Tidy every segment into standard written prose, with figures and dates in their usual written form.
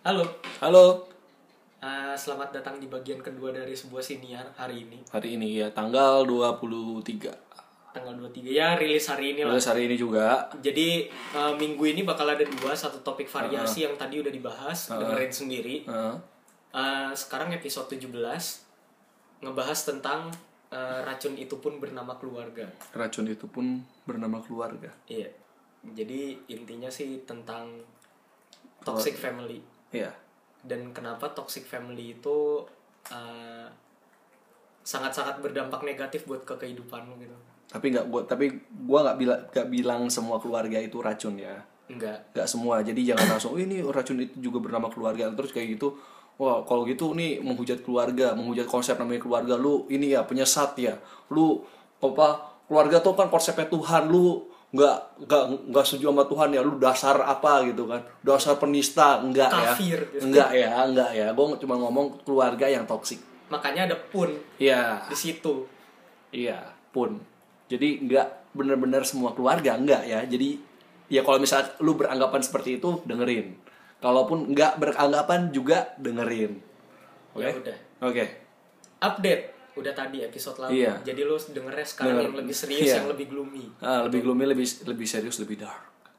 Halo, Halo, selamat datang di bagian kedua dari sebuah siniar hari ini. hari ini ya tanggal 23. Tanggal 23, ya rilis hari ini lah. Terus hari ini juga. Jadi minggu ini bakal ada satu topik variasi yang tadi udah dibahas, dengerin sendiri. Sekarang episode 17, ngebahas tentang racun itu pun bernama keluarga. Racun itu pun bernama keluarga. Iya, jadi intinya sih tentang toxic family. Iya. Dan kenapa toxic family itu sangat-sangat berdampak negatif buat kehidupanmu gitu. Tapi gua nggak bilang semua keluarga itu racun ya. Enggak. Nggak semua. Jadi jangan langsung ini racun itu juga bernama keluarga terus kayak gitu. Wah, kalau gitu nih menghujat keluarga, menghujat konsep namanya keluarga. Lu ini ya penyesat ya. Lu keluarga tuh kan konsepnya Tuhan. Lu nggak setuju sama Tuhan ya, lu dasar apa gitu kan, dasar penista. Kafir, enggak ya gue cuma ngomong keluarga yang toksik, makanya ada pun ya di situ. iya pun, jadi nggak benar-benar semua keluarga enggak ya. Jadi ya kalau misalnya lu beranggapan seperti itu dengerin, kalaupun nggak beranggapan juga dengerin. Oke? Ya udah, Oke. update udah tadi episode lalu. Iya. Jadi lu dengernya sekarang yang lebih serius, Iya. yang lebih gloomy. Lebih gloomy, lebih serius, lebih dark.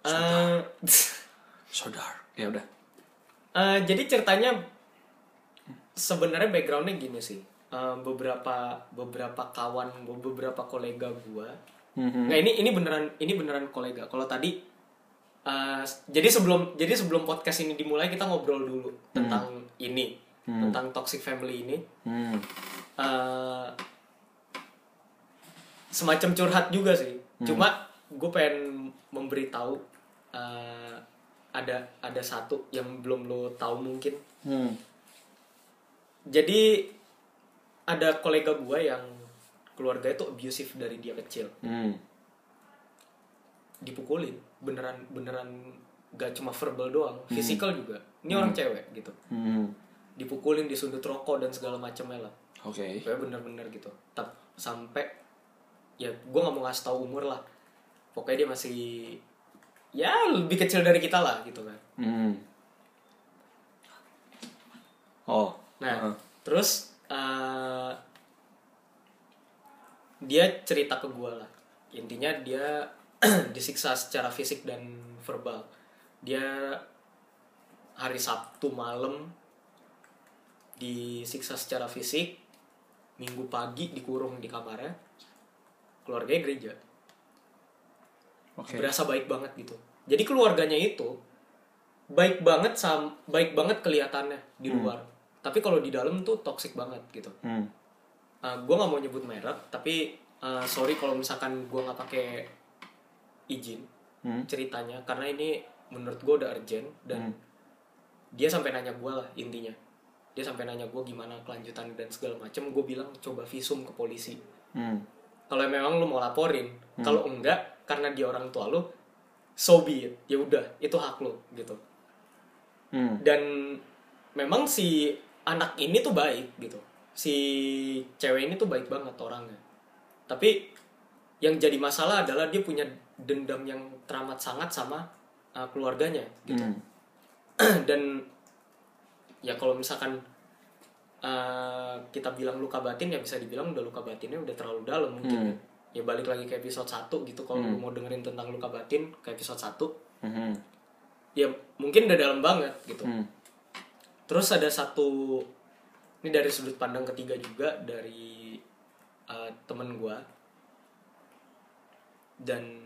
So dark. Ya udah. Jadi ceritanya sebenarnya backgroundnya gini sih. Beberapa kawan, beberapa kolega gua. Nah, ini beneran kolega. Kalau tadi jadi sebelum podcast ini dimulai, kita ngobrol dulu tentang ini, tentang toxic family ini. Semacam curhat juga sih. Cuma gue pengen memberitahu ada satu yang belum lo tahu mungkin. Jadi ada kolega gue yang keluarga itu abusive dari dia kecil. Dipukulin, beneran gak cuma verbal doang, physical juga. Ini orang cewek gitu. Dipukulin, disundut rokok dan segala macamnya lah. Oke. Kayak bener-bener gitu. Sampai ya gue nggak mau ngasih tahu umur lah. Pokoknya dia masih ya lebih kecil dari kita lah gitu kan. Terus dia cerita ke gue lah. Intinya dia disiksa secara fisik dan verbal. Dia hari Sabtu malam disiksa secara fisik, Minggu pagi dikurung di kamarnya, keluarganya gereja. Berasa baik banget gitu. Jadi keluarganya itu baik banget kelihatannya di luar, tapi kalau di dalam tuh toksik banget gitu. Gue nggak mau nyebut merek, tapi sorry kalau misalkan gue nggak pakai izin ceritanya, karena ini menurut gue udah urgent. Dan dia sampai nanya gue lah, intinya dia sampai nanya gue gimana kelanjutan dan segala macam. Gue bilang coba visum ke polisi. Kalau memang lu mau laporin, kalau enggak karena dia orang tua lu, so be it, ya udah itu hak lu gitu. Dan memang si anak ini tuh baik gitu, si cewek ini tuh baik banget orangnya. Tapi yang jadi masalah adalah dia punya dendam yang teramat sangat sama keluarganya gitu. Dan ya kalau misalkan kita bilang luka batin, ya bisa dibilang udah luka batinnya udah terlalu dalam mungkin. Ya balik lagi ke episode 1 gitu. Kalau lu mau dengerin tentang luka batin, ke episode 1. Ya mungkin udah dalam banget gitu. Terus ada satu, ini dari sudut pandang ketiga juga, dari temen gue. Dan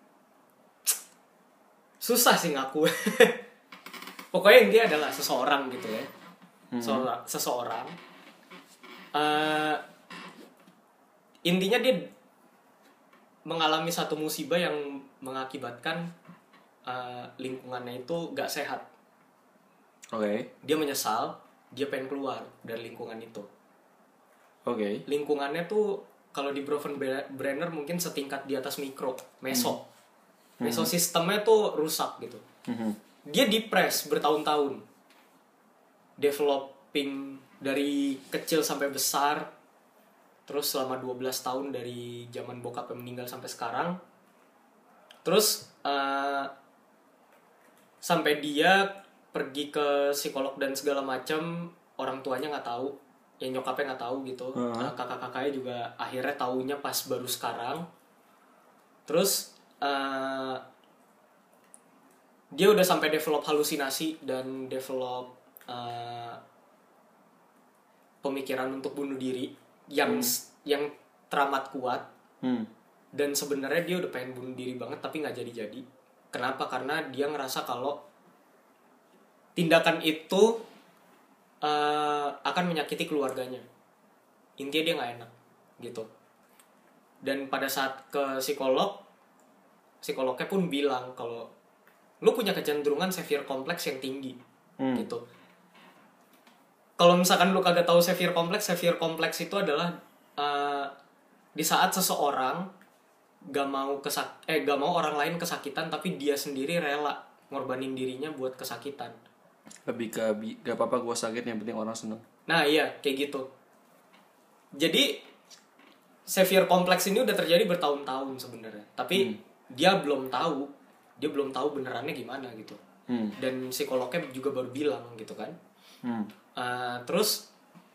susah sih ngaku. Pokoknya dia adalah seseorang gitu ya. Seseorang intinya dia mengalami satu musibah yang mengakibatkan lingkungannya itu gak sehat. Dia menyesal, dia pengen keluar dari lingkungan itu. Lingkungannya tuh kalau di Brenner mungkin setingkat di atas mikro, meso. Meso sistemnya tuh rusak gitu. Dia depres bertahun-tahun, developing dari kecil sampai besar, terus selama 12 tahun dari zaman bokapnya meninggal sampai sekarang. Terus sampai dia pergi ke psikolog dan segala macam, orang tuanya nggak tahu, ya nyokapnya nggak tahu gitu. Kakak-kakaknya juga akhirnya taunya pas baru sekarang. Terus dia udah sampai develop halusinasi dan develop pemikiran untuk bunuh diri yang teramat kuat. Dan sebenarnya dia udah pengen bunuh diri banget tapi nggak jadi-jadi. Kenapa? Karena dia ngerasa kalau tindakan itu akan menyakiti keluarganya. Intinya dia nggak enak gitu. Dan pada saat ke psikolognya pun bilang kalau lu punya kecenderungan severe complex yang tinggi gitu. Kalau misalkan lu kagak tahu severe complex itu adalah di saat seseorang gak mau orang lain kesakitan tapi dia sendiri rela ngorbanin dirinya buat kesakitan. Lebih ke gak apa-apa gue sakit, yang penting orang seneng. Nah iya kayak gitu. Jadi severe complex ini udah terjadi bertahun-tahun sebenarnya, tapi dia belum tahu benerannya gimana gitu. Dan psikolognya juga baru bilang gitu kan. Terus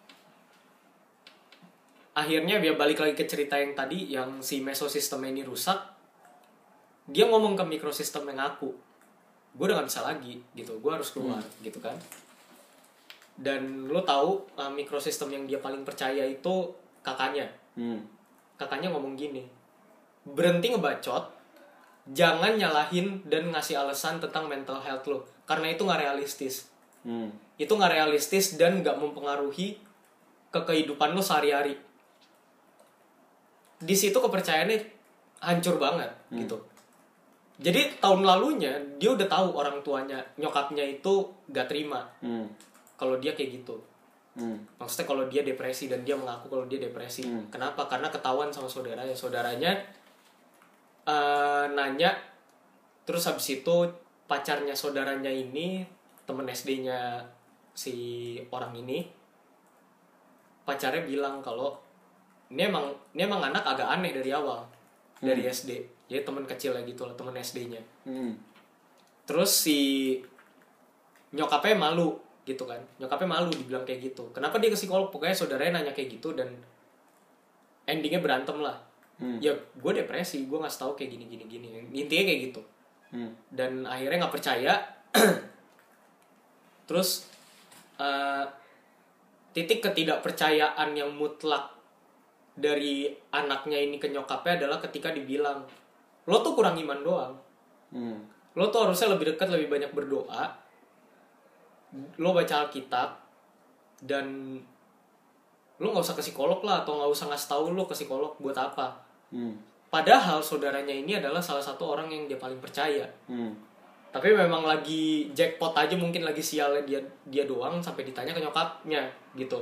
akhirnya dia balik lagi ke cerita yang tadi, yang si mesosistem ini rusak. Dia ngomong ke mikrosistem yang ngaku, gue udah gak bisa lagi gitu, gue harus keluar gitu kan. Dan lo tahu mikrosistem yang dia paling percaya itu kakaknya. Kakaknya ngomong gini, berhenti ngebacot, jangan nyalahin dan ngasih alasan tentang mental health lo, karena itu gak realistis. Itu gak realistis dan gak mempengaruhi ke kehidupan lo sehari-hari. Di situ kepercayaannya hancur banget gitu. Jadi tahun lalunya dia udah tahu orang tuanya, nyokapnya itu gak terima kalau dia kayak gitu. Maksudnya kalau dia depresi, dan dia mengaku kalau dia depresi. Kenapa? Karena ketahuan sama saudaranya nanya. Terus habis itu pacarnya saudaranya ini, temen SD-nya si orang ini, pacarnya bilang kalau ini emang anak agak aneh dari awal, dari SD. Jadi teman kecil gitu lah, teman SD-nya. Terus si nyokapnya malu gitu kan. Nyokapnya malu dibilang kayak gitu. Kenapa dia ke psikolog? Pokoknya saudaranya nanya kayak gitu dan endingnya berantem lah. Ya gue depresi, gue ngasih tahu kayak gini. Intinya kayak gitu. Dan akhirnya nggak percaya. Terus titik ketidakpercayaan yang mutlak dari anaknya ini ke nyokapnya adalah ketika dibilang, lo tuh kurang iman doang. Lo tuh harusnya lebih dekat, lebih banyak berdoa, lo baca Alkitab, dan lo gak usah ke psikolog lah, atau gak usah ngasih tahu lo ke psikolog buat apa. Padahal saudaranya ini adalah salah satu orang yang dia paling percaya. Tapi memang lagi jackpot aja, mungkin lagi sialnya dia doang sampai ditanya ke nyokapnya gitu.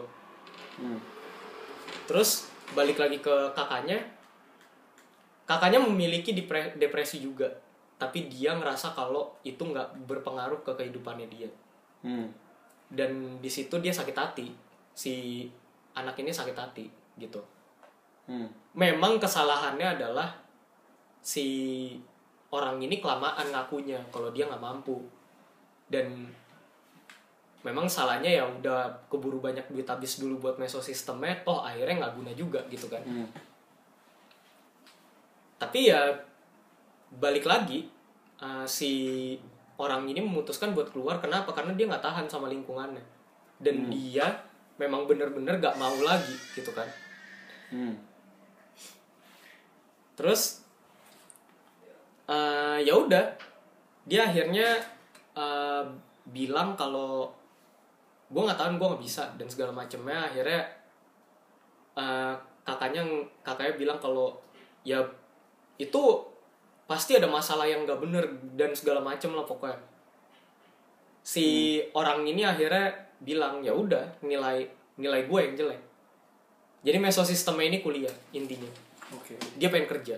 Terus balik lagi ke kakaknya memiliki depresi juga, tapi dia ngerasa kalau itu nggak berpengaruh ke kehidupannya dia. Dan di situ dia sakit hati, si anak ini sakit hati gitu. Memang kesalahannya adalah si orang ini kelamaan ngakunya kalau dia nggak mampu, dan memang salahnya ya udah keburu banyak duit habis dulu buat mesosistemnya, toh akhirnya nggak guna juga gitu kan. Tapi ya balik lagi, si orang ini memutuskan buat keluar. Kenapa? Karena dia nggak tahan sama lingkungannya, dan dia memang bener-bener nggak mau lagi gitu kan. Terus ya udah, dia akhirnya bilang kalau gue nggak tahan, gue nggak bisa dan segala macamnya. Akhirnya kakaknya bilang kalau ya itu pasti ada masalah yang nggak bener dan segala macam lah pokoknya. Si orang ini akhirnya bilang ya udah, nilai gue yang jelek. Jadi mesosistemnya ini kuliah intinya. Dia pengen kerja.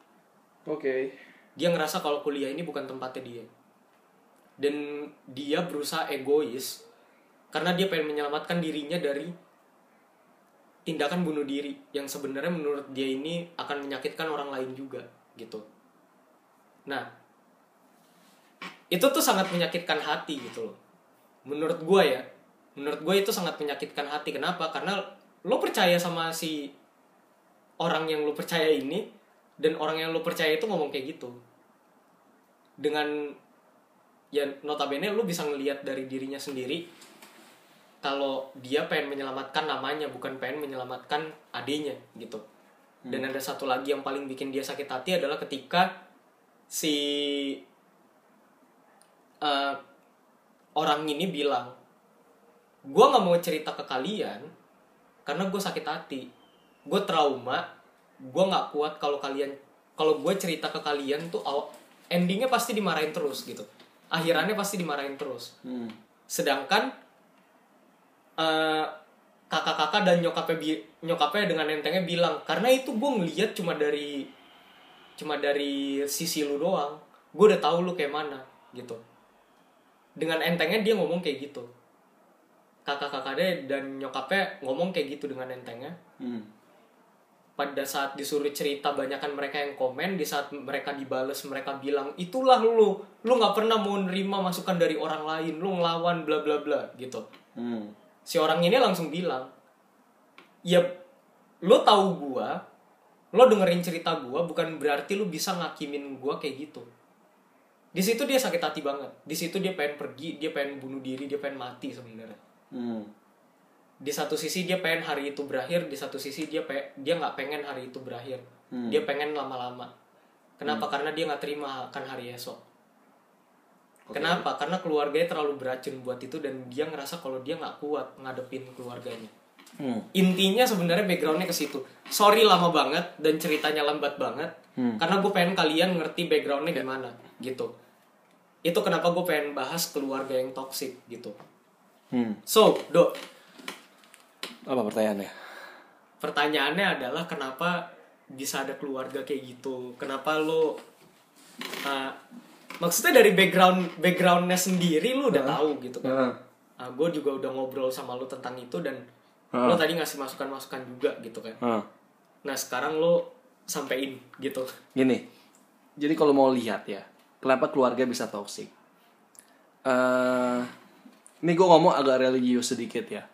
Dia ngerasa kalau kuliah ini bukan tempatnya dia, dan dia berusaha egois karena dia pengen menyelamatkan dirinya dari tindakan bunuh diri yang sebenarnya menurut dia ini akan menyakitkan orang lain juga gitu. Nah, itu tuh sangat menyakitkan hati gitu loh. menurut gue itu sangat menyakitkan hati. Kenapa? Karena lo percaya sama si orang yang lo percaya ini, dan orang yang lo percaya itu ngomong kayak gitu. Dengan ya notabene lo bisa ngelihat dari dirinya sendiri kalau dia pengen menyelamatkan namanya, bukan pengen menyelamatkan adiknya gitu. Dan ada satu lagi yang paling bikin dia sakit hati adalah ketika si orang ini bilang, gue gak mau cerita ke kalian karena gue sakit hati, gue trauma, gue gak kuat kalau gue cerita ke kalian tuh endingnya pasti dimarahin terus gitu, akhirannya pasti dimarahin terus. Sedangkan kakak-kakak dan nyokapnya dengan entengnya bilang, karena itu gue ngeliat cuma dari sisi lu doang, gue udah tahu lu kayak mana gitu. Dengan entengnya dia ngomong kayak gitu, kakak-kakaknya dan nyokapnya ngomong kayak gitu dengan entengnya. Pada saat disuruh cerita, banyakan mereka yang komen. Di saat mereka dibales, mereka bilang, itulah lu nggak pernah mau nerima masukan dari orang lain, lu ngelawan bla bla bla gitu. Si orang ini langsung bilang, ya lo tahu gua, lo dengerin cerita gua, bukan berarti lo bisa ngakimin gua kayak gitu. Di situ dia sakit hati banget. Di situ dia pengen pergi, dia pengen bunuh diri, dia pengen mati sebenarnya. Di satu sisi dia pengen hari itu berakhir, di satu sisi dia nggak pengen hari itu berakhir. Dia pengen lama-lama. Kenapa? Karena dia nggak terima akan hari esok. Kenapa? Karena keluarganya terlalu beracun buat itu, dan dia ngerasa kalau dia nggak kuat ngadepin keluarganya. Intinya sebenarnya backgroundnya ke situ. Sorry lama banget dan ceritanya lambat banget, karena gue pengen kalian ngerti backgroundnya gimana gitu. Itu kenapa gue pengen bahas keluarga yang toksik gitu. So, Dok, apa pertanyaannya? Pertanyaannya adalah kenapa bisa ada keluarga kayak gitu? Kenapa lo maksudnya dari backgroundnya sendiri lo udah tahu gitu kan? Gue juga udah ngobrol sama lo tentang itu, dan lo tadi ngasih masukan-masukan juga gitu kan? Nah sekarang lo sampein gitu. Gini, jadi kalau mau lihat ya, kenapa keluarga bisa toksik? Ini gue ngomong agak religius sedikit ya.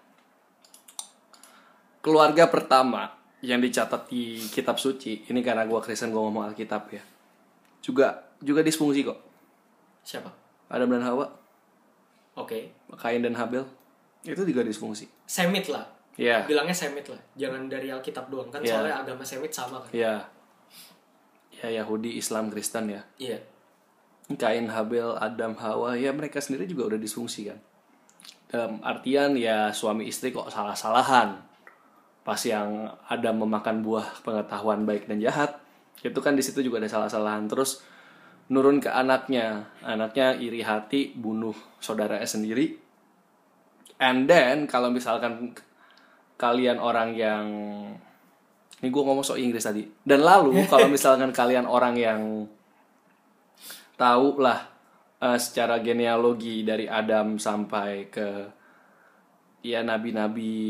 Keluarga pertama yang dicatat di kitab suci, ini karena gue Kristen, gue ngomong Alkitab ya, juga disfungsi kok. Siapa? Adam dan Hawa. Oke. Kain dan Habel, itu juga disfungsi. Semit lah. Iya. Bilangnya Semit lah, jangan dari Alkitab doang kan, soalnya agama Semit sama kan. Iya. Ya Yahudi, Islam, Kristen ya. Iya. Kain, Habel, Adam, Hawa, ya mereka sendiri juga udah disfungsi kan. Dalam artian ya suami istri kok salah-salahan. Pas yang Adam memakan buah pengetahuan baik dan jahat, itu kan di situ juga ada salah-salahan. Terus nurun ke anaknya iri hati, bunuh saudaranya sendiri. And then kalau misalkan kalian orang yang, ini gue ngomong soal Inggris tadi. Dan lalu kalau misalkan kalian orang yang tahu lah secara genealogi dari Adam sampai ke ya nabi-nabi,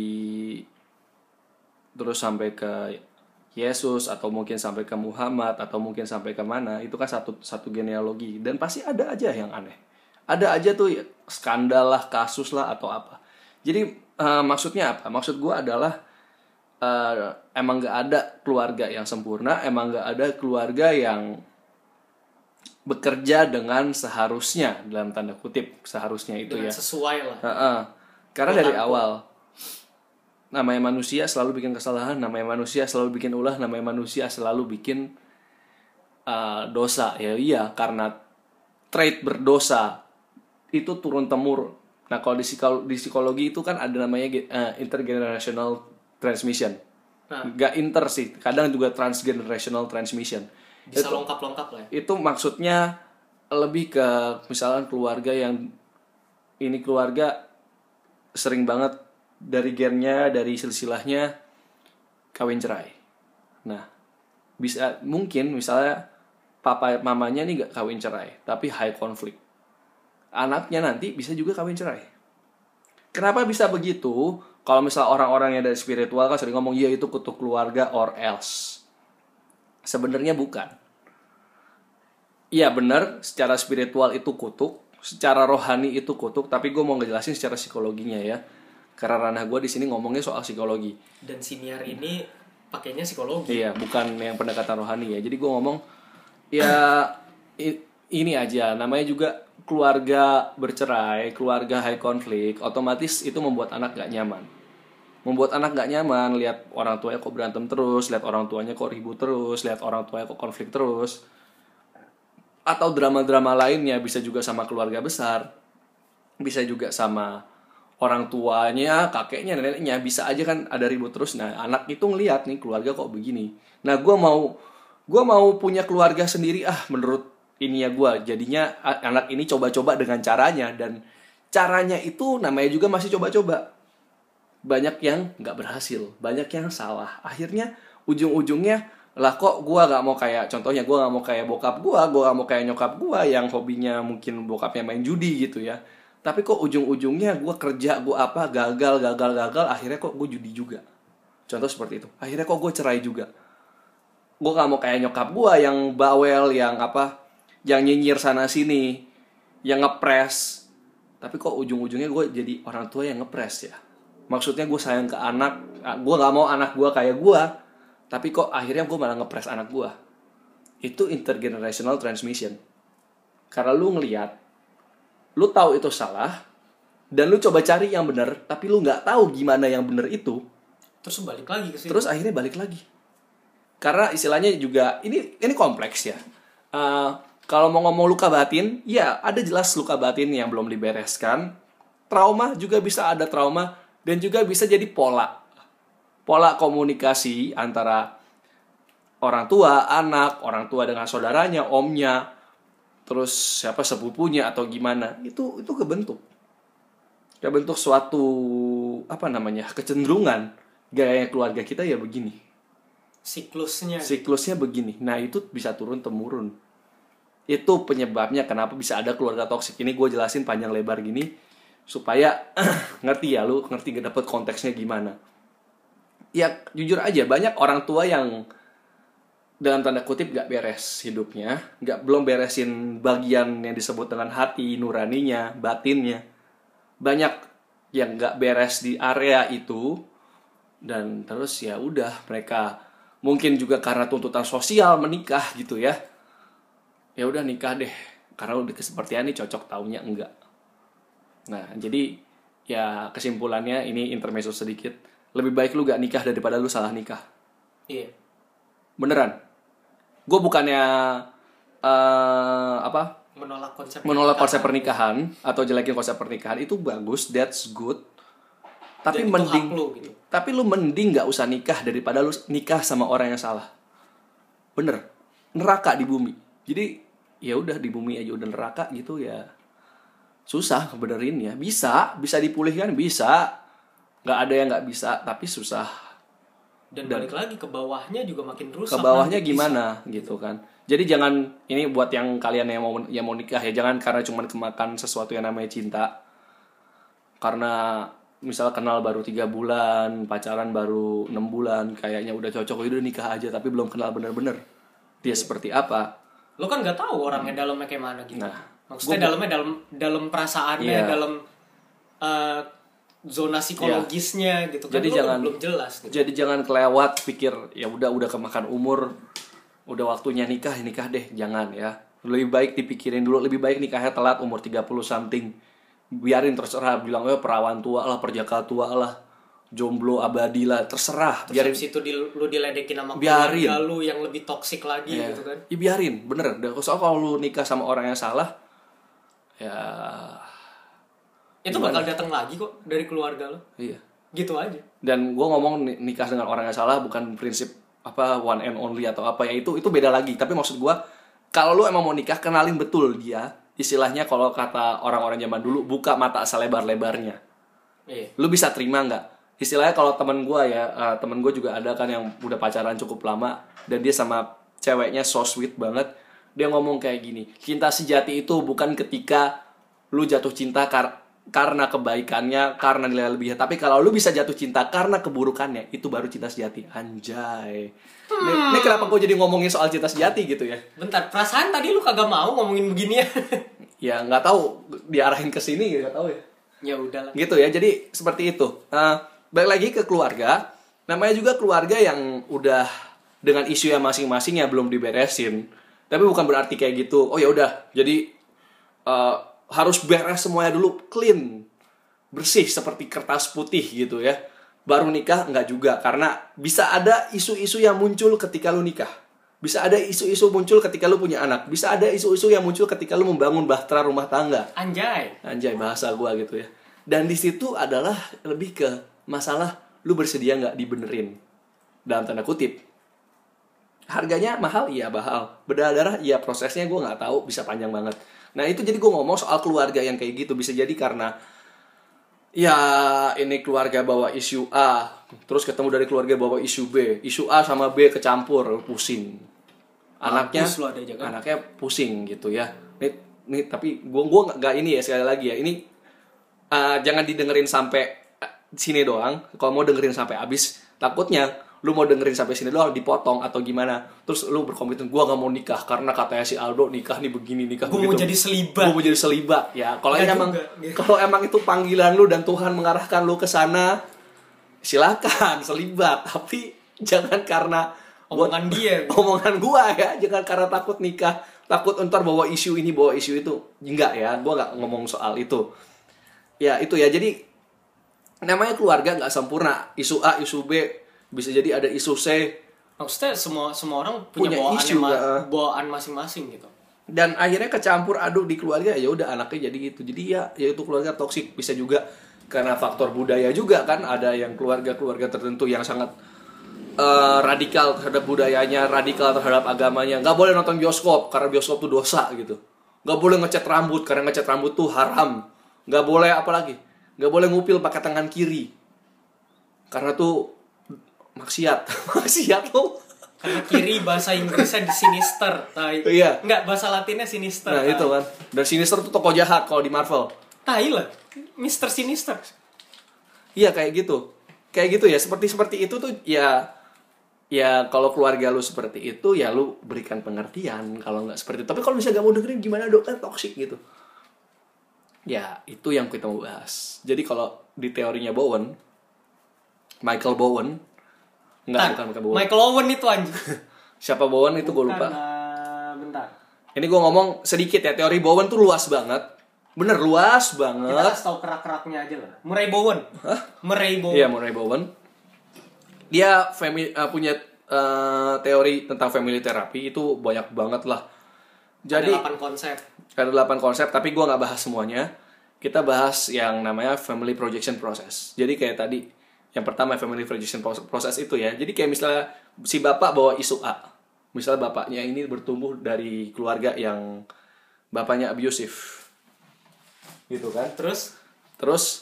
terus sampai ke Yesus, atau mungkin sampai ke Muhammad, atau mungkin sampai ke mana, itu kan satu genealogi, dan pasti ada aja yang aneh, ada aja tuh ya, skandal lah, kasus lah, atau apa. Jadi maksudnya apa? Maksud gue adalah emang gak ada keluarga yang sempurna, emang gak ada keluarga yang bekerja dengan seharusnya, dalam tanda kutip seharusnya itu dengan ya sesuai lah. Karena dari awal namanya manusia selalu bikin kesalahan, namanya manusia selalu bikin ulah, namanya manusia selalu bikin dosa. Ya iya, karena trait berdosa itu turun temurun. Nah kalau di psikologi itu kan ada namanya intergenerational transmission. Gak inter sih, kadang juga transgenerational transmission. Bisa lengkap-lengkap lah ya. Itu maksudnya lebih ke misalnya keluarga yang ini keluarga sering banget dari gennya, dari silsilahnya kawin cerai. Nah, bisa mungkin misalnya papa mamanya nih gak kawin cerai, tapi high conflict. Anaknya nanti bisa juga kawin cerai. Kenapa bisa begitu? Kalau misalnya orang-orang yang dari spiritual kan sering ngomong, ya itu kutuk keluarga or else. Sebenarnya bukan. Iya benar, secara spiritual itu kutuk, secara rohani itu kutuk, tapi gue mau ngejelasin secara psikologinya ya. Karena ranah gue di sini ngomongnya soal psikologi. Dan siniar ini pakainya psikologi. Iya, bukan yang pendekatan rohani ya. Jadi gue ngomong ya ini aja, namanya juga keluarga bercerai, keluarga high konflik, otomatis itu membuat anak gak nyaman. Membuat anak gak nyaman, lihat orang tuanya kok berantem terus, lihat orang tuanya kok ribut terus, lihat orang tuanya kok konflik terus. Atau drama-drama lainnya, bisa juga sama keluarga besar, bisa juga sama orang tuanya, kakeknya, neneknya, bisa aja kan ada ribut terus. Nah, anak itu ngelihat nih keluarga kok begini. Nah, gue mau punya keluarga sendiri menurut ini ya gue. Jadinya anak ini coba-coba dengan caranya, dan caranya itu namanya juga masih coba-coba. Banyak yang nggak berhasil, banyak yang salah. Akhirnya ujung-ujungnya lah kok gue nggak mau kayak, contohnya gue nggak mau kayak bokap gue nggak mau kayak nyokap gue yang hobinya mungkin bokapnya main judi gitu ya. Tapi kok ujung-ujungnya gue kerja, gue gagal, akhirnya kok gue judi juga. Contoh seperti itu. Akhirnya kok gue cerai juga. Gue gak mau kayak nyokap gue yang bawel, yang nyinyir sana sini, yang ngepres. Tapi kok ujung-ujungnya gue jadi orang tua yang ngepres ya. Maksudnya gue sayang ke anak, gue gak mau anak gue kayak gue, tapi kok akhirnya gue malah ngepres anak gue. Itu intergenerational transmission. Karena lu ngelihat, lu tahu itu salah, dan lu coba cari yang benar, tapi lu nggak tahu gimana yang benar itu. Terus balik lagi ke situ. Terus akhirnya balik lagi. Karena istilahnya juga ini kompleks ya. Kalau mau ngomong luka batin, ya ada jelas luka batin yang belum dibereskan. Trauma juga bisa ada trauma, dan juga bisa jadi pola komunikasi antara orang tua, anak, orang tua dengan saudaranya, omnya, terus siapa sepupunya atau gimana, itu kebentuk suatu kecenderungan gaya keluarga kita ya begini, siklusnya begini. Nah itu bisa turun temurun. Itu penyebabnya kenapa bisa ada keluarga toksik. Ini gue jelasin panjang lebar gini supaya ngerti ya, lu ngerti dapet konteksnya gimana. Ya jujur aja, banyak orang tua yang dalam tanda kutip gak beres hidupnya, belum beresin bagian yang disebut dengan hati nuraninya, batinnya. Banyak yang gak beres di area itu, dan terus ya udah, mereka mungkin juga karena tuntutan sosial menikah gitu ya. Ya udah nikah deh, karena udah kesepertian nih cocok, taunya enggak. Nah jadi ya kesimpulannya, ini intermezzo sedikit, lebih baik lu gak nikah daripada lu salah nikah. Iya. Beneran. Gue bukannya menolak konsep pernikahan atau jelekin konsep pernikahan. Itu bagus, that's good. Tapi tapi lu mending nggak usah nikah daripada lu nikah sama orang yang salah. Bener, neraka di bumi. Jadi ya udah, di bumi aja udah neraka gitu ya. Susah ngebenerinnya. Bisa dipulihkan, bisa. Nggak ada yang nggak bisa, tapi susah. Dan balik lagi ke bawahnya juga makin rusak. Ke bawahnya gimana gitu kan. Jadi jangan, ini buat yang kalian yang mau nikah ya, jangan karena cuma kemakan sesuatu yang namanya cinta. Karena misal kenal baru 3 bulan, pacaran baru 6 bulan, kayaknya udah cocok, udah nikah aja, tapi belum kenal bener-bener dia seperti apa. Lo kan nggak tahu orangnya dalamnya kayak mana gitu. Nah, maksudnya dalam perasaannya, dalam zona psikologisnya gitu kan. Jadi belum jelas gitu. Jadi jangan kelewat pikir ya udah kemakan umur, udah waktunya nikah deh, jangan ya. Lebih baik dipikirin dulu, lebih baik nikahnya telat umur 30 something. Biarin terserah, bilang perawan tua lah, perjaka tua lah, jomblo abadi lah, terserah. Terus biarin situ lu diledekin sama keluarga lu yang lebih toksik lagi gitu kan. Ya biarin, bener. Soal kalau lu nikah sama orang yang salah, ya itu bakal datang lagi kok dari keluarga lo. Iya. Gitu aja. Dan gue ngomong nikah dengan orang yang salah bukan prinsip one and only atau apa ya, itu beda lagi. Tapi maksud gue, kalau lu emang mau nikah, kenalin betul dia. Istilahnya kalau kata orang-orang zaman dulu, buka mata selebar-lebarnya. Iya. Lu bisa terima nggak? Istilahnya kalau temen gue ya, temen gue juga ada kan yang udah pacaran cukup lama, dan dia sama ceweknya so sweet banget. Dia ngomong kayak gini, cinta sejati itu bukan ketika lu jatuh cinta karena kebaikannya, karena nilai lebihnya. Tapi kalau lu bisa jatuh cinta karena keburukannya, itu baru cinta sejati. Anjay. Ini kenapa gue jadi ngomongin soal cinta sejati gitu ya? Bentar, perasaan tadi lu kagak mau ngomongin begini ya? ya nggak tahu diarahin ke sini nggak tahu ya. Ya udahlah. Gitu ya, jadi seperti itu. Balik lagi ke keluarga, namanya juga keluarga yang udah dengan isu yang masing-masing yang belum diberesin. Tapi bukan berarti kayak gitu. Oh ya udah, jadi harus beres semuanya dulu, clean, bersih seperti kertas putih gitu ya. Baru nikah nggak juga, karena bisa ada isu-isu yang muncul ketika lu nikah. Bisa ada isu-isu muncul ketika lu punya anak. Bisa ada isu-isu yang muncul ketika lu membangun bahtera rumah tangga. Anjay Bahasa gua gitu ya. Dan di situ adalah lebih ke masalah lu bersedia nggak dibenerin. Dalam tanda kutip. Harganya mahal? Iya mahal. Berdarah? Iya, prosesnya gua nggak tahu, bisa panjang banget. Nah itu jadi gua ngomong soal keluarga yang kayak gitu. Bisa jadi karena ya ini keluarga bawa isu A, terus ketemu dari keluarga bawa isu B, isu A sama B kecampur, pusing. Anaknya pusing gitu ya. Nih tapi gua nggak ini ya, sekali lagi ya, ini jangan didengerin sampai sini doang. Kalau mau dengerin sampai habis, takutnya lu mau dengerin sampai sini doang dipotong atau gimana. Terus lu berkomitmen, gua nggak mau nikah karena katanya si Aldo nikah nih begini, nikah begitu. Gua mau jadi selibat. Ya, kalau emang itu panggilan lu dan Tuhan mengarahkan lu ke sana, silakan selibat. Tapi jangan karena omongan gua ya, jangan karena takut nikah, takut entar bawa isu ini, bawa isu itu. Enggak ya, gua nggak ngomong soal itu. Ya, itu ya. Jadi namanya keluarga nggak sempurna. Isu A, isu B, bisa jadi ada isu C. Maksudnya semua orang punya bawaan masing-masing gitu. Dan akhirnya kecampur aduk di keluarga, ya udah anaknya jadi gitu. Jadi ya itu keluarga toksik. Bisa juga karena faktor budaya juga kan, ada yang keluarga tertentu yang sangat radikal terhadap budayanya, radikal terhadap agamanya. Nggak boleh nonton bioskop karena bioskop tuh dosa gitu. Nggak boleh ngecat rambut karena ngecat rambut tuh haram. Nggak boleh apalagi, nggak boleh ngupil pakai tangan kiri karena tuh maksiat lo. Karena kiri bahasa Inggrisnya di sinister, iya. Enggak, bahasa Latinnya sinister. Nah, itu kan. Dan sinister tuh tokoh jahat kalau di Marvel. Lah, Mr. Sinister. Iya, kayak gitu. Kayak gitu ya, seperti itu tuh ya kalau keluarga lu seperti itu ya lu berikan pengertian. Kalau nggak seperti itu. Tapi kalau misalnya nggak mau dengerin gimana dong, kan toksik gitu. Ya, itu yang kita mau bahas. Jadi kalau di teorinya Michael Bowen. Bukan Bowen. Michael Owen itu anjing. Siapa Bowen itu gue lupa. Bentar. Ini gue ngomong sedikit ya, teori Bowen tuh luas banget. Bener, luas banget. Kita kasih tau kerak-keraknya aja lah. Murray Bowen. Iya, Murray Bowen. Dia punya teori tentang family therapy itu banyak banget lah. Jadi ada 8 konsep. Ada 8 konsep, tapi gue nggak bahas semuanya. Kita bahas yang namanya family projection process. Jadi kayak tadi, yang pertama family projection process itu ya. Jadi kayak misalnya si bapak bawa isu A. Misalnya bapaknya ini bertumbuh dari keluarga yang bapaknya abusive. Gitu kan. Terus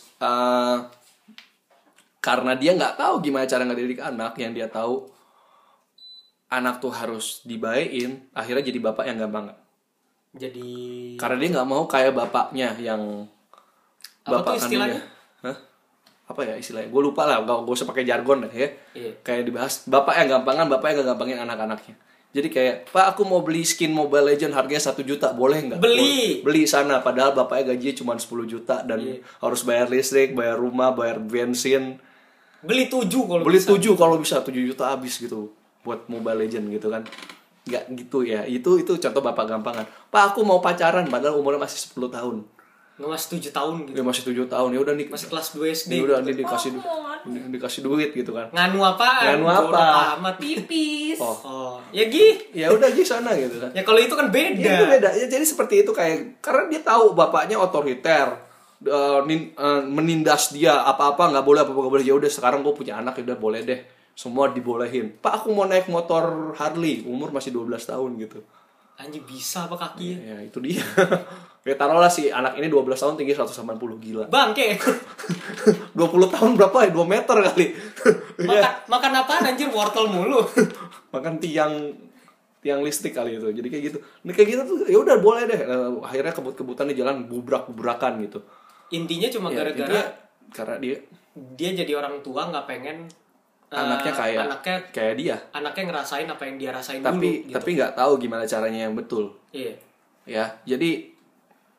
karena dia nggak tahu gimana cara ngedidik anak, yang dia tahu anak tuh harus dibaikin, akhirnya jadi bapak yang gampang. Karena dia nggak mau kayak bapaknya yang bapak kandungnya. Apa ya istilahnya? Gue lupa lah, gak usah pakai jargon lah ya. Iya. Kayak dibahas, bapak yang gampangan, bapak yang gak gampangin anak-anaknya. Jadi kayak, Pak aku mau beli skin Mobile Legends harganya 1 juta, boleh nggak? Beli sana, padahal bapaknya gajinya cuma 10 juta dan harus bayar listrik, bayar rumah, bayar bensin. Beli 7 kalau bisa 7 juta habis gitu buat Mobile Legends gitu kan. Nggak gitu ya. Itu contoh bapak gampangan. Pak aku mau pacaran, padahal umurnya masih 10 tahun. Nggak, masih 7 tahun gitu. Ya masih 7 tahun. Ya udah nih. Masih kelas 2 SD. Ya udah nih dikasih duit gitu kan. Nganu apaan? Amat tipis. Ya Ya udah sana gitu kan. Ya kalau itu kan beda. Ya, itu beda. Ya, jadi seperti itu kayak karena dia tahu bapaknya otoriter. Menindas dia apa-apa enggak boleh, apa-apa enggak boleh. Ya udah sekarang gue punya anak, ya udah boleh deh. Semua dibolehin. Pak aku mau naik motor Harley, umur masih 12 tahun gitu. Anjing bisa apa kakinya? Ya itu dia. Ya taruhlah si anak ini 12 tahun tinggi 180, gila. Bangke. 20 tahun berapa ya? 2 meter kali. Makan apaan anjir, wortel mulu. Makan tiang listrik kali itu. Jadi kayak gitu. Nah kayak gitu tuh ya udah boleh deh. Akhirnya kebut-kebutan di jalan bubrak-bubrakan gitu. Intinya cuma gara-gara karena dia jadi orang tua nggak pengen anaknya kayak dia. Anaknya ngerasain apa yang dia rasain dulu gitu. Tapi nggak tahu gimana caranya yang betul. Iya. Ya, jadi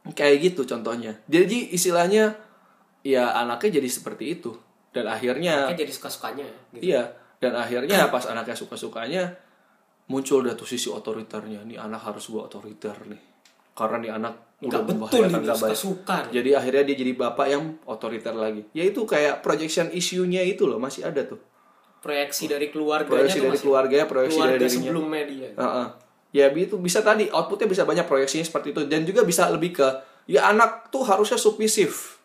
Kayak gitu contohnya. Jadi istilahnya ya anaknya jadi seperti itu. Dan akhirnya Anaknya jadi suka-sukanya gitu. iya, dan akhirnya pas anaknya suka-sukanya muncul dah tuh sisi otoriternya. Nih anak harus gua otoriter nih. Karena nih anak udah Nggak betul membahayakan ini gak baik. suka-suka nih. Jadi akhirnya dia jadi bapak yang otoriter lagi. Ya itu kayak projection issue-nya itu loh, masih ada tuh. Proyeksi dari keluarganya Proyeksi tuh dari masih keluarganya, proyeksi dari keluarga dirinya. sebelum media. Ya itu bisa tadi outputnya bisa banyak proyeksinya seperti itu, dan juga bisa lebih ke ya anak tuh harusnya submisif,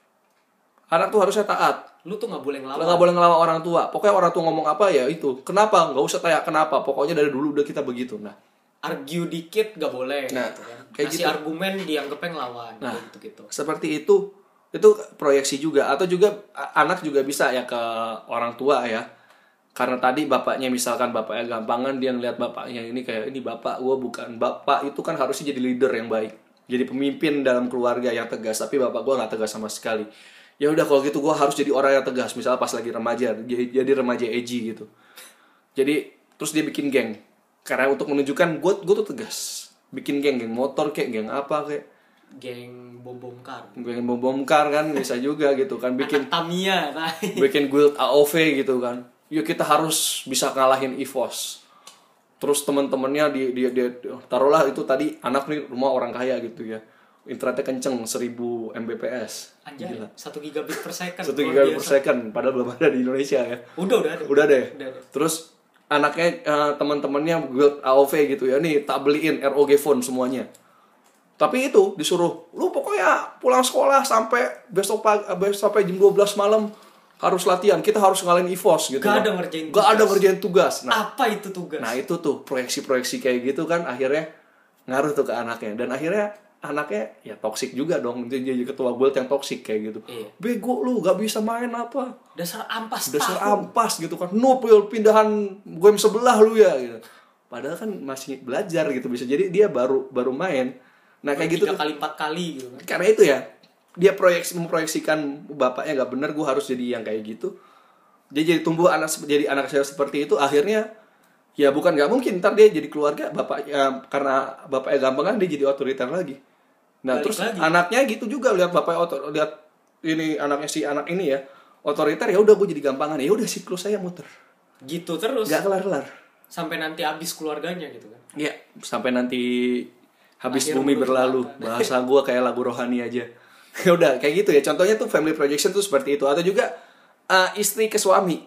anak tuh harusnya taat, Lu tuh nggak boleh ngelawan. nggak boleh ngelawan orang tua. Pokoknya orang tua ngomong apa ya itu, kenapa nggak usah tanya kenapa, pokoknya dari dulu udah kita begitu. Nah Argue dikit nggak boleh. Nah, gitu kan. kayak Kasih gitu. argumen dianggapnya ngelawan. Nah, gitu. seperti itu proyeksi juga. Atau juga anak juga bisa ya ke orang tua ya, karena tadi bapaknya misalkan bapaknya gampangan, dia ngeliat bapaknya ini kayak ini bapak gue bukan bapak, itu kan harusnya jadi leader yang baik, jadi pemimpin dalam keluarga yang tegas. Tapi bapak gue nggak tegas sama sekali. Ya udah kalau gitu gue harus jadi orang yang tegas. Misalnya pas lagi remaja, jadi remaja edgy gitu. Jadi terus dia bikin geng karena untuk menunjukkan gue tuh tegas. Bikin geng motor kayak geng apa kayak Geng bom-bom-kar. geng bom-bom-kar kan bisa juga gitu kan, bikin Anak Tamiya. Nah. bikin guild AOV gitu kan. Yuk kita harus bisa ngalahin EVOS. Terus teman-temannya dia taruhlah itu tadi anak nih rumah orang kaya gitu ya. Internetnya kenceng 1000 Mbps. Anjay, Gila. 1 gigabit per second. 1 gigabit per second, padahal belum ada di Indonesia ya. Udah ada. Udah deh. Udah ada. Terus anaknya teman-temannya guild AOV gitu ya. Nih tak beliin ROG phone semuanya. Tapi itu disuruh lu pokoknya pulang sekolah sampai besok sampai jam 12 malam harus latihan. Kita harus ngalahin EVOS gitu. Gak ada ngerjain tugas. Gak ada ngerjain tugas. Nah, apa itu tugas? Nah, itu tuh proyeksi-proyeksi kayak gitu kan akhirnya ngaruh tuh ke anaknya, dan akhirnya anaknya ya toksik juga dong. Dia jadi ketua guild yang toksik kayak gitu. Iya. Bego lu, gak bisa main apa? Dasar ampas Gitu kan. Noob lu, pindahan game sebelah lu ya gitu. Padahal kan masih belajar gitu, bisa jadi dia baru main. Nah, kayak gitu 3 kali 4 kali gitu kan. Karena itu ya, dia memproyeksikan bapaknya gak bener, gue harus jadi yang kayak gitu. Dia jadi tumbuh jadi anak saya seperti itu. Akhirnya ya bukan gak mungkin ntar dia jadi keluarga bapaknya, karena bapaknya gampang kan dia jadi otoriter lagi. Nah, Balik terus lagi. anaknya gitu juga, lihat bapaknya lihat ini anaknya si anak ini ya otoriter, ya udah gue jadi gampangan. Ya udah siklus saya muter. Gitu terus. Gak kelar-kelar. Sampai nanti habis keluarganya gitu kan. Ya, sampai nanti habis Akhir bumi mulut berlalu. makan. Bahasa gue kayak lagu rohani aja. Ya udah kayak gitu ya. Contohnya tuh family projection tuh seperti itu. Atau juga istri ke suami.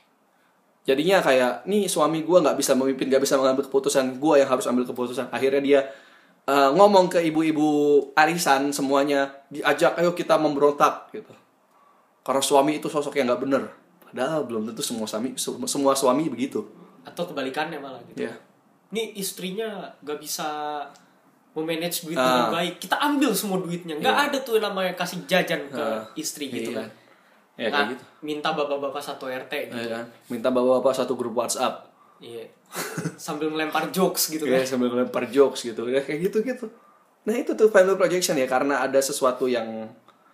Jadinya kayak nih suami gue nggak bisa memimpin, nggak bisa mengambil keputusan, gue yang harus ambil keputusan. Akhirnya dia ngomong ke ibu-ibu arisan semuanya, diajak ayo kita memberontak gitu. Karena suami itu sosok yang nggak bener. Padahal belum tentu semua suami begitu. Atau kebalikannya malah gitu. Ya. Nih istrinya gak bisa memanage duit dengan baik, kita ambil semua duitnya. Nggak ada tuh namanya kasih jajan ke istri gitu kan. Ya kayak gitu. Minta bapak-bapak satu RT gitu. Ya kan? Minta bapak-bapak satu grup WhatsApp. Iya. Sambil ngelempar jokes gitu Ya, kan. sambil ngelempar jokes gitu. Ya kayak gitu-gitu. Nah, itu tuh family projection ya, karena ada sesuatu yang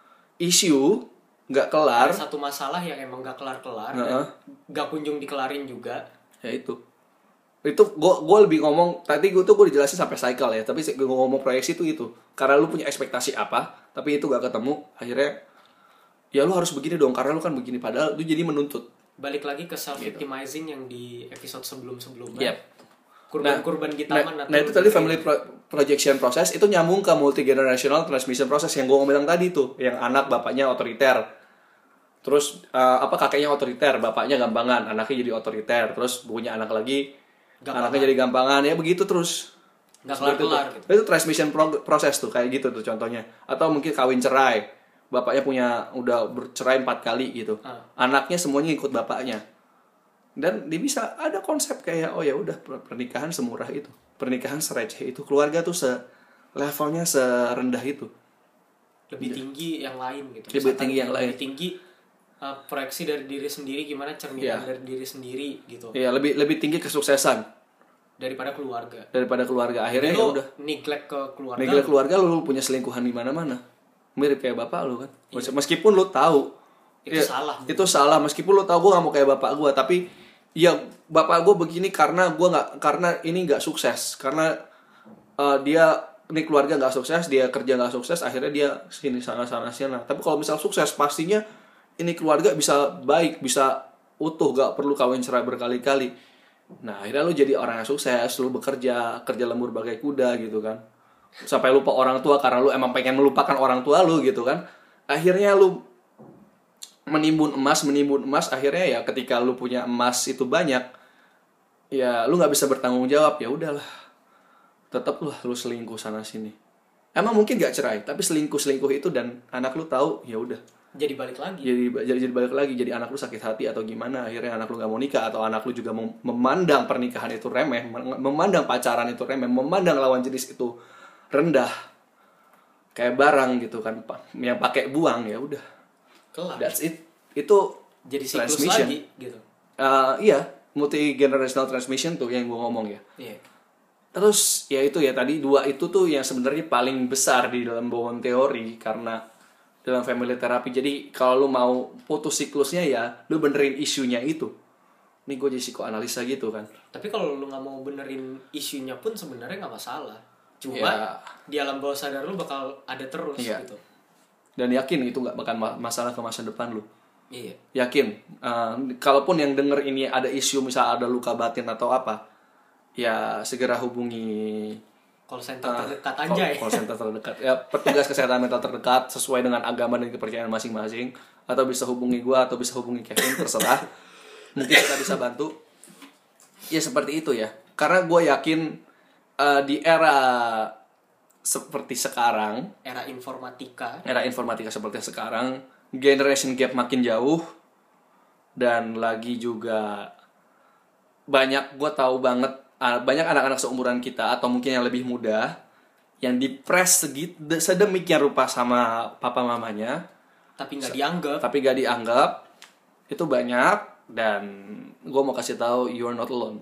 issue nggak kelar. Ada satu masalah yang emang gak kelar-kelar dan gak kunjung dikelarin juga. Ya itu gue lebih ngomong tadi, gue dijelasin sampai cycle ya, tapi gue ngomong proyeksi itu karena lu punya ekspektasi apa tapi itu gak ketemu, akhirnya ya lu harus begini dong karena lu kan begini, padahal lu jadi menuntut. Balik lagi ke self victimizing yang di episode sebelum-sebelumnya. Yep. Kurban kita nah itu tadi family projection process itu nyambung ke multi generational transmission process yang gue bilang tadi tuh, yang anak bapaknya otoriter, terus kakeknya otoriter, bapaknya gampangan, anaknya jadi otoriter, terus punya anak lagi anaknya jadi gampangan, ya begitu terus. Nggak kelar-kelar gitu. Itu transmission process tuh kayak gitu tuh contohnya. Atau mungkin kawin cerai, bapaknya udah bercerai 4 kali gitu, anaknya semuanya ikut bapaknya, dan dia bisa ada konsep kayak oh ya udah pernikahan semurah itu, pernikahan sereceh itu, keluarga tuh levelnya serendah itu, lebih tinggi yang lain gitu. Lebih tinggi yang lain. Lebih tinggi proyeksi dari diri sendiri, gimana cerminan dari diri sendiri gitu. Iya, lebih tinggi kesuksesan daripada keluarga. Akhirnya ya udah neglect ke keluarga. Neglect keluarga, lu punya selingkuhan di mana-mana. Mirip kayak bapak lu kan. Meskipun lu tahu itu salah. Itu salah, meskipun lu tahu gue gak mau kayak bapak gue, tapi ya bapak gue begini karena ini nggak sukses, karena dia ini keluarga nggak sukses, dia kerja nggak sukses, akhirnya dia sini sana. Tapi kalau misal sukses, pastinya ini keluarga bisa baik, bisa utuh, gak perlu kawin cerai berkali-kali. Nah akhirnya lu jadi orang yang sukses, lu kerja lembur bagai kuda gitu kan, sampai lupa orang tua karena lu emang pengen melupakan orang tua lu gitu kan. Akhirnya lu menimbun emas, akhirnya ya ketika lu punya emas itu banyak, ya lu nggak bisa bertanggung jawab, ya udahlah, tetap lu selingkuh sana sini. Emang mungkin gak cerai, tapi selingkuh itu dan anak lu tahu, ya udah. Jadi balik lagi. Jadi balik lagi, jadi anak lu sakit hati atau gimana, akhirnya anak lu nggak mau nikah, atau anak lu juga memandang pernikahan itu remeh, memandang pacaran itu remeh, memandang lawan jenis itu rendah, kayak barang gitu kan, yang pakai buang, ya udah. Kelar. That's it. Itu jadi siklus lagi gitu. Iya, multi generational transmission tuh yang gue ngomong ya. Iya. Terus ya itu ya tadi dua itu tuh yang sebenarnya paling besar di dalam bawaan teori, karena dalam family therapy. Jadi kalau lu mau putus siklusnya ya lu benerin isunya itu. Ini gue jadi psikoanalisa gitu kan. Tapi kalau lu nggak mau benerin isunya pun sebenarnya nggak masalah. Cuma ya, di alam bawah sadar lu bakal ada terus ya. gitu. Dan yakin itu nggak bakal masalah ke masa depan lu. Iya. Yakin. Kalaupun yang denger ini ada isu, misal ada luka batin atau apa, ya segera hubungi call center terdekat aja ya. Call center terdekat. Ya, petugas kesehatan mental terdekat sesuai dengan agama dan kepercayaan masing-masing. Atau bisa hubungi gue, atau bisa hubungi Kevin, terserah. Mungkin kita bisa bantu. Ya seperti itu ya. Karena gue yakin di era seperti sekarang, era informatika seperti sekarang, generation gap makin jauh. Dan lagi juga banyak, gue tahu banget, banyak anak-anak seumuran kita atau mungkin yang lebih muda yang dipres sedemikian rupa sama papa mamanya, tapi nggak dianggap. Itu banyak, dan gue mau kasih tahu, you are not alone.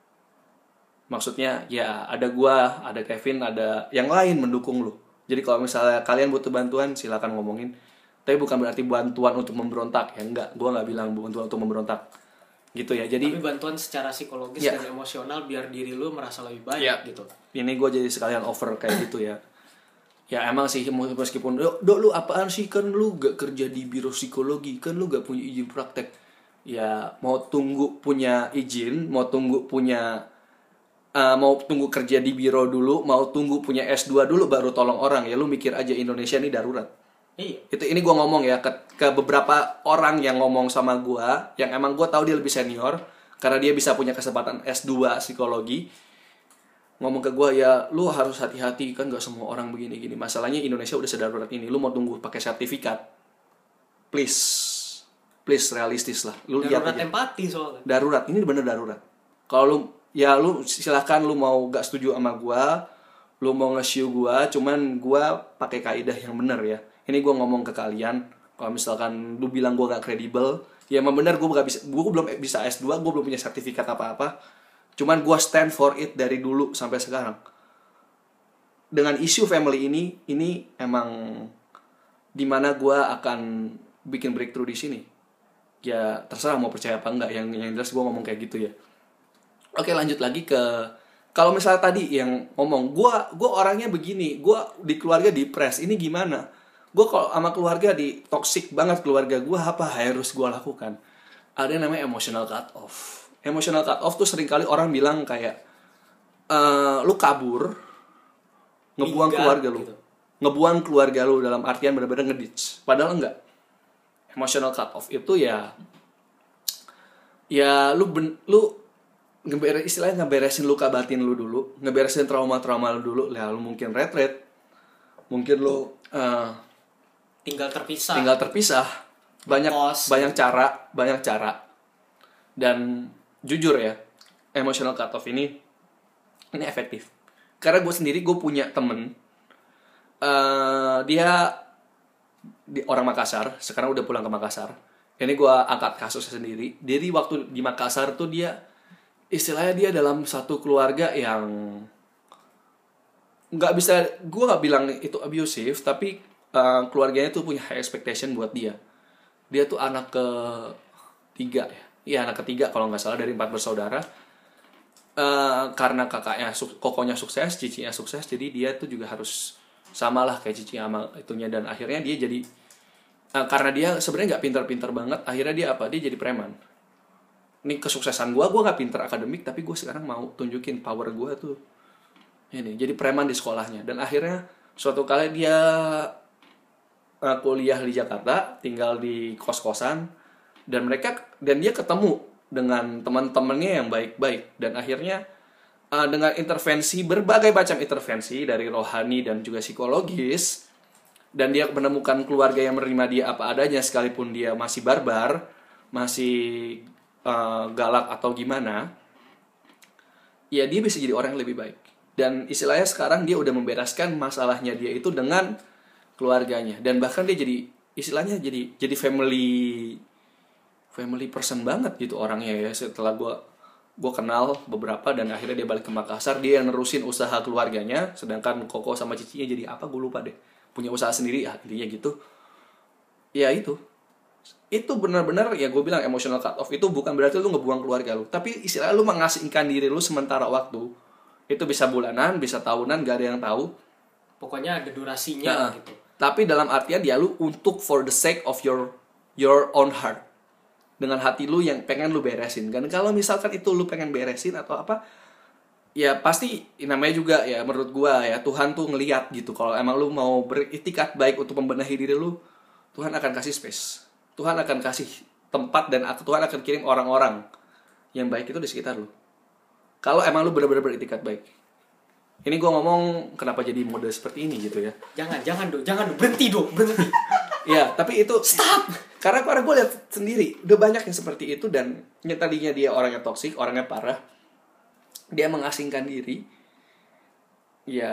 Maksudnya ya ada gue, ada Kevin, ada yang lain mendukung lu. Jadi kalau misalnya kalian butuh bantuan, silakan ngomongin. Tapi bukan berarti bantuan untuk memberontak ya, enggak. Gue nggak bilang bantuan untuk memberontak gitu ya. Jadi tapi bantuan secara psikologis dan emosional biar diri lu merasa lebih baik gitu. Ini gue jadi sekalian over kayak gitu ya. Ya emang sih, meskipun Dok lu apaan sih, kan lu gak kerja di biro psikologi, kan lu gak punya izin praktek. Ya mau tunggu punya izin, mau tunggu kerja di biro dulu, mau tunggu punya S2 dulu baru tolong orang. Ya lu mikir aja, Indonesia ini darurat. Iya. Ini gue ngomong ya ke beberapa orang yang ngomong sama gue, yang emang gue tahu dia lebih senior karena dia bisa punya kesempatan S2 psikologi. Ngomong ke gue, ya lu harus hati-hati, kan gak semua orang begini-gini. Masalahnya Indonesia udah sedarurat ini, lu mau tunggu pakai sertifikat, please realistis lah. Lu darurat lihat aja. Empati soalnya. Darurat, ini bener darurat. Kalau lu silahkan, lu mau gak setuju sama gue, lu mau nge-show gue, cuman gue pakai kaidah yang bener ya. Ini gue ngomong ke kalian, kalau misalkan lu bilang gue gak kredibel, ya emang bener gue belum bisa S2, gue belum punya sertifikat apa-apa. Cuman gue stand for it dari dulu sampai sekarang. Dengan isu family ini emang dimana gue akan bikin breakthrough di sini. Ya terserah mau percaya apa enggak, yang jelas gue ngomong kayak gitu ya. Oke, lanjut lagi ke, kalau misalnya tadi yang ngomong, gue orangnya begini, gue di keluarga depres, ini gimana? Gue kalau sama keluarga toxic banget keluarga gue, apa harus gue lakukan? Ada yang namanya emotional cut off. Emotional cut off tuh seringkali orang bilang kayak, lu kabur, ngebuang keluarga lu. Gitu. Ngebuang keluarga lu dalam artian benar-benar ngeditch. Padahal enggak. Emotional cut off itu ya lu istilahnya ngeberesin luka batin lu dulu, ngeberesin trauma-trauma lu dulu. Ya lu mungkin retret, mungkin lu tinggal terpisah. Banyak cara. Dan jujur ya, emotional cut off ini efektif. Karena gue sendiri, gue punya temen, dia orang Makassar, sekarang udah pulang ke Makassar. Ini gue angkat kasusnya sendiri. Jadi waktu di Makassar tuh dia, istilahnya dia dalam satu keluarga yang nggak bisa, gue nggak bilang itu abusive, tapi keluarganya tuh punya high expectation buat dia. Dia tuh anak ketiga ya. Iya, anak ketiga kalau nggak salah dari 4 bersaudara. karena kokonya sukses, cicinya sukses, jadi dia tuh juga harus samalah kayak cici sama itunya. Dan akhirnya dia jadi karena dia sebenarnya nggak pintar-pintar banget, akhirnya dia jadi preman. Ini kesuksesan gue nggak pintar akademik, tapi gue sekarang mau tunjukin power gue tuh ini jadi preman di sekolahnya. Dan akhirnya suatu kali dia kuliah di Jakarta, tinggal di kos-kosan, dan dia ketemu dengan teman-temannya yang baik-baik. Dan akhirnya dengan berbagai macam intervensi dari rohani dan juga psikologis, dan dia menemukan keluarga yang menerima dia apa adanya sekalipun dia masih barbar, masih galak atau gimana, ya dia bisa jadi orang yang lebih baik. Dan istilahnya sekarang dia udah membereskan masalahnya dia itu dengan keluarganya, dan bahkan dia jadi istilahnya jadi family person banget gitu orangnya ya. Setelah gue kenal beberapa, dan akhirnya dia balik ke Makassar, dia yang nerusin usaha keluarganya, sedangkan Koko sama cicinya jadi apa gue lupa deh, punya usaha sendiri ya intinya gitu. Ya itu benar-benar ya gue bilang emotional cut off itu bukan berarti lu ngebuang keluarga lu, tapi istilahnya lu mengasingkan diri lu sementara waktu. Itu bisa bulanan, bisa tahunan, gak ada yang tahu. Pokoknya ada durasinya gitu. Tapi dalam artian dia lu untuk for the sake of your own heart, dengan hati lu yang pengen lu beresin kan. Kalau misalkan itu lu pengen beresin atau apa, ya pasti namanya juga ya menurut gua ya Tuhan tuh ngelihat gitu. Kalau emang lu mau beriktikat baik untuk membenahi diri lu, Tuhan akan kasih space, Tuhan akan kasih tempat, dan Tuhan akan kirim orang-orang yang baik itu di sekitar lu. Kalau emang lu benar-benar beriktikat baik. Ini gue ngomong kenapa jadi mode seperti ini gitu ya. Jangan berhenti. Ya, tapi itu stop. Karena gue lihat sendiri udah banyak yang seperti itu, dan tadinya dia orangnya toksik, orangnya parah, dia mengasingkan diri, ya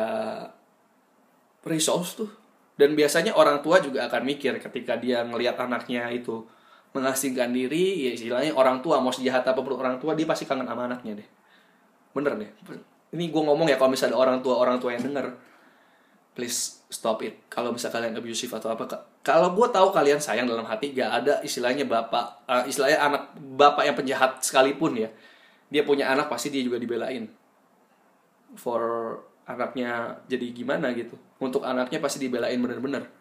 resource tuh. Dan biasanya orang tua juga akan mikir ketika dia ngelihat anaknya itu mengasingkan diri, ya istilahnya orang tua mau sejahat apapun orang tua, dia pasti kangen sama anaknya deh. Bener deh. Ini gue ngomong ya, kalau misalnya orang tua yang denger, please stop it. Kalau misalnya kalian abusive atau apa, kalau gue tahu kalian sayang dalam hati, gak ada istilahnya anak bapak yang penjahat sekalipun ya, dia punya anak pasti dia juga dibelain for anaknya jadi gimana gitu. Untuk anaknya pasti dibelain bener-bener.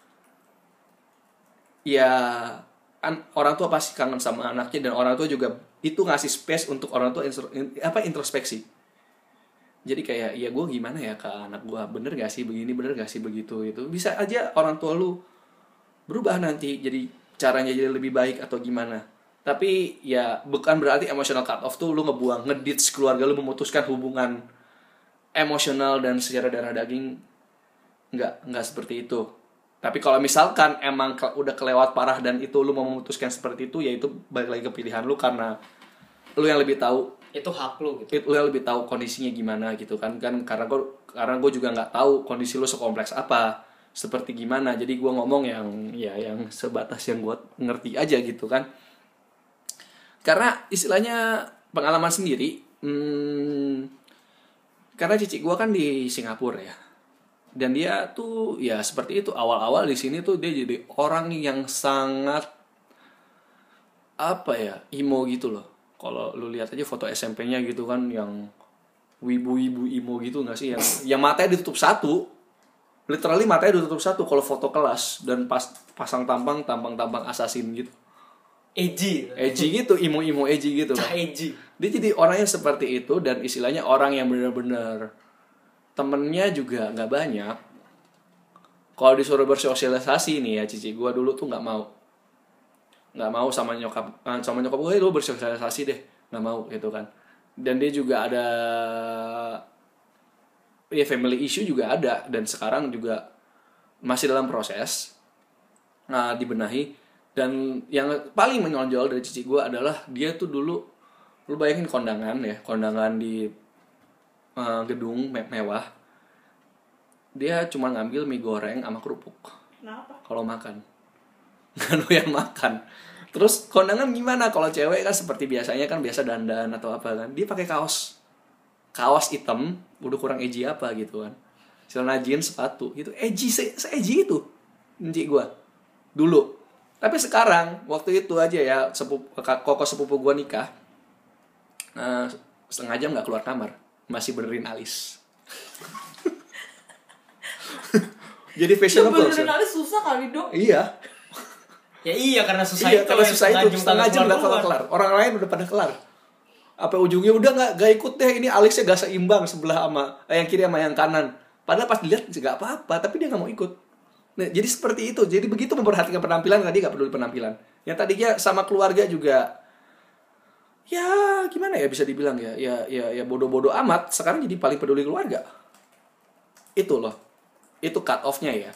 Ya orang tua pasti kangen sama anaknya, dan orang tua juga itu ngasih space untuk orang tua introspeksi. Jadi kayak, ya gue gimana ya ke anak gue, bener gak sih begini, bener gak sih begitu. Itu bisa aja orang tua lu berubah nanti, jadi caranya jadi lebih baik atau gimana. Tapi ya bukan berarti emotional cut off tuh lu ngedits keluarga lu, memutuskan hubungan emosional dan secara darah daging. Enggak seperti itu. Tapi kalau misalkan emang udah kelewat parah dan itu lu mau memutuskan seperti itu, ya itu balik lagi ke pilihan lu, karena lu yang lebih tahu. Itu hak lu gitu. Lu yang lebih tahu kondisinya gimana gitu kan karena gue juga nggak tahu kondisi lu sekompleks apa, seperti gimana. Jadi gue ngomong yang sebatas yang gue ngerti aja gitu kan. Karena istilahnya pengalaman sendiri, karena cici gue kan di Singapura ya, dan dia tuh ya seperti itu. Awal-awal di sini tuh dia jadi orang yang sangat emo gitu loh. Kalau lu lihat aja foto SMP-nya gitu kan, yang wibu-wibu emo gitu nggak sih, yang matanya ditutup satu, literally matanya ditutup satu kalau foto kelas, dan pasang tampang assassin gitu, edgy gitu, emo edgy gitu kan. Edgy. Dia jadi orangnya seperti itu, dan istilahnya orang yang benar-benar temennya juga nggak banyak. Kalau disuruh bersosialisasi nih ya, cici gue dulu tuh nggak mau sama nyokap gue, lu bersosialisasi deh, nggak mau gitu kan. Dan dia juga ada ya family issue juga ada, dan sekarang juga masih dalam proses dibenahi. Dan yang paling menonjol dari cici gue adalah dia tuh dulu, lu bayangin kondangan di gedung mewah, dia cuma ngambil mie goreng sama kerupuk. Kenapa? Kalau makan nggak doyan makan. Terus kondangan gimana? Kalau cewek kan seperti biasanya kan biasa dandan atau apa kan, dia pakai kaos hitam, udah kurang edgy apa gitu kan, celana jeans, sepatu gitu, edgy, se-edgy itu encik gue dulu. Tapi sekarang waktu itu aja ya, sepupu gue nikah, setengah jam nggak keluar kamar, masih benerin alis. Jadi fashionable. Benerin alis susah kali dong. Iya. Ya iya karena susah Iya, itu. karena susah itu setengah jam udah keluar. kelar. Orang lain udah pada kelar. Apa ujungnya udah nggak ikut deh, ini alisnya gak seimbang sebelah sama yang kiri sama yang kanan. Padahal pas dilihat nggak apa-apa, tapi dia nggak mau ikut. Nah, jadi seperti itu. Jadi begitu memperhatikan penampilan, tadi nggak peduli penampilan. Yang tadinya sama keluarga juga, ya gimana ya bisa dibilang ya bodoh-bodoh amat. Sekarang jadi paling peduli keluarga. Itu loh, itu cut off-nya ya.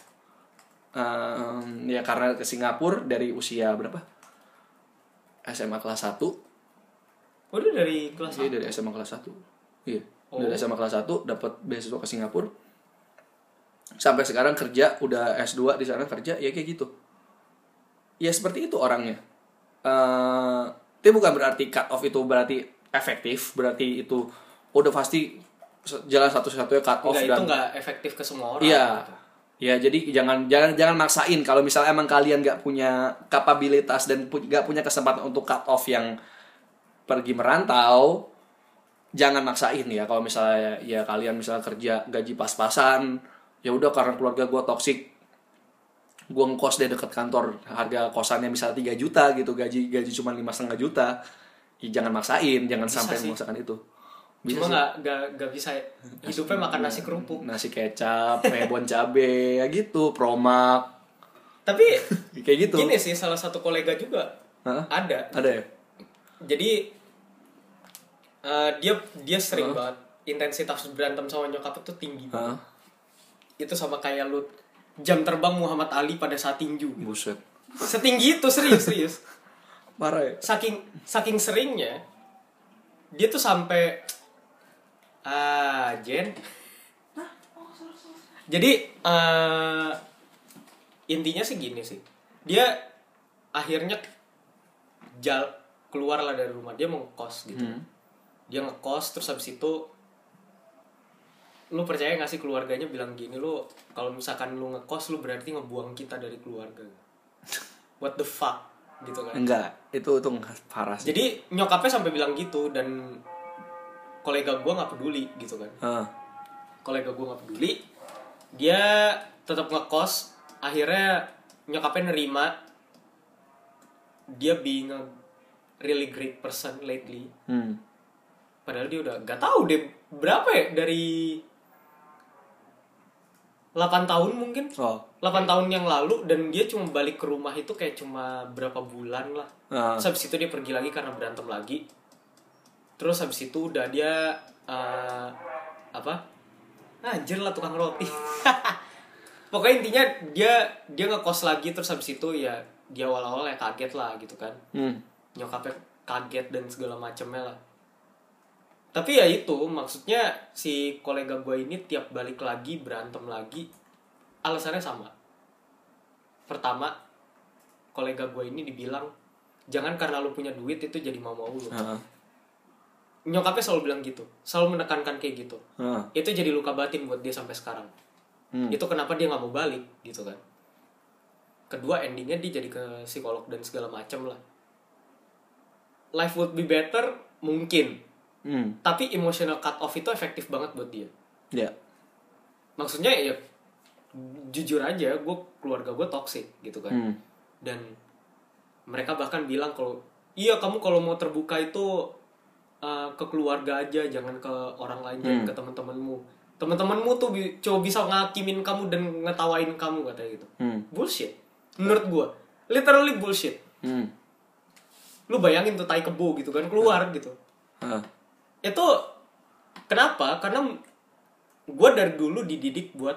Ya karena ke Singapura dari usia berapa? SMA kelas 1. Udah dari kelas 1? Iya, dari SMA kelas 1. Iya. Dari SMA kelas 1 dapat beasiswa ke Singapura. Sampai sekarang kerja, udah S2 di sana kerja, ya kayak gitu. Ya seperti itu orangnya. Itu bukan berarti cut off itu berarti efektif, berarti itu udah pasti jalan satu-satunya cut off. Enggak, itu nggak efektif ke semua orang. Iya. Gitu. Ya jadi jangan maksain. Kalau misalnya emang kalian nggak punya kapabilitas dan nggak punya kesempatan untuk cut off yang pergi merantau, jangan maksain ya. Kalau misalnya ya kalian misalnya kerja gaji pas-pasan, ya udah karena keluarga gue toksik, gue ngekos deh deket kantor, harga kosannya misalnya 3 juta gitu, gaji cuma 5,5 juta, ya jangan maksain, jangan bisa sampai memaksakan itu. Bisa cuma nggak bisa hidupnya makan nasi kerupuk, nasi kecap, mebon cabe, ya gitu, promak. Tapi kayak gitu. Gini sih, salah satu kolega juga ada ya. Jadi dia sering banget intensitas berantem sama nyokap itu tinggi banget. Itu sama kayak lu jam terbang Muhammad Ali pada saat tinju gitu. Buset. Setinggi itu, serius. Parah ya. Saking seringnya dia tuh sampai Jen. Jadi intinya sih gini sih. Dia akhirnya keluar lah dari rumah, dia mau ngekos gitu. Dia ngekos, terus habis itu lu percaya gak sih keluarganya bilang gini, lu kalau misalkan lu ngekos lu berarti ngebuang kita dari keluarga. What the fuck gitu kan. Enggak, itu parah sih. Jadi nyokapnya sampai bilang gitu, dan kolega gue nggak peduli gitu kan. Kolega gue nggak peduli, dia tetap ngekos. Akhirnya nyokapnya nerima dia being a really great person lately. Padahal dia udah gak tahu deh berapa ya, dari 8 tahun mungkin. 8 tahun yang lalu, dan dia cuma balik ke rumah itu kayak cuma berapa bulan lah. Terus habis itu dia pergi lagi karena berantem lagi. Terus habis itu udah dia anjir lah, tukang roti. Pokoknya intinya dia ngekos lagi. Terus habis itu ya dia awal-awal ya kaget lah gitu kan. Nyokapnya kaget dan segala macemnya lah. Tapi ya itu, maksudnya si kolega gue ini tiap balik lagi berantem lagi, alasannya sama. Pertama, kolega gue ini dibilang, jangan karena lu punya duit itu jadi mau lu. Nyokapnya selalu bilang gitu, selalu menekankan kayak gitu. Itu jadi luka batin buat dia sampai sekarang. Itu kenapa dia nggak mau balik gitu kan. Kedua, endingnya dia jadi ke psikolog dan segala macam lah. Life would be better mungkin. Tapi emotional cut off itu efektif banget buat dia. Ya. Maksudnya ya jujur aja, keluarga gue toxic gitu kan. Dan mereka bahkan bilang kalau iya, kamu kalau mau terbuka itu ke keluarga aja, jangan ke orang lain, jangan ke teman-temanmu. Teman-temanmu tuh coba bisa ngakimin kamu dan ngetawain kamu, katanya gitu. Bullshit. Menurut gue, literally bullshit. Lu bayangin tuh tai kebo gitu kan keluar gitu. Itu kenapa? Karena gue dari dulu dididik buat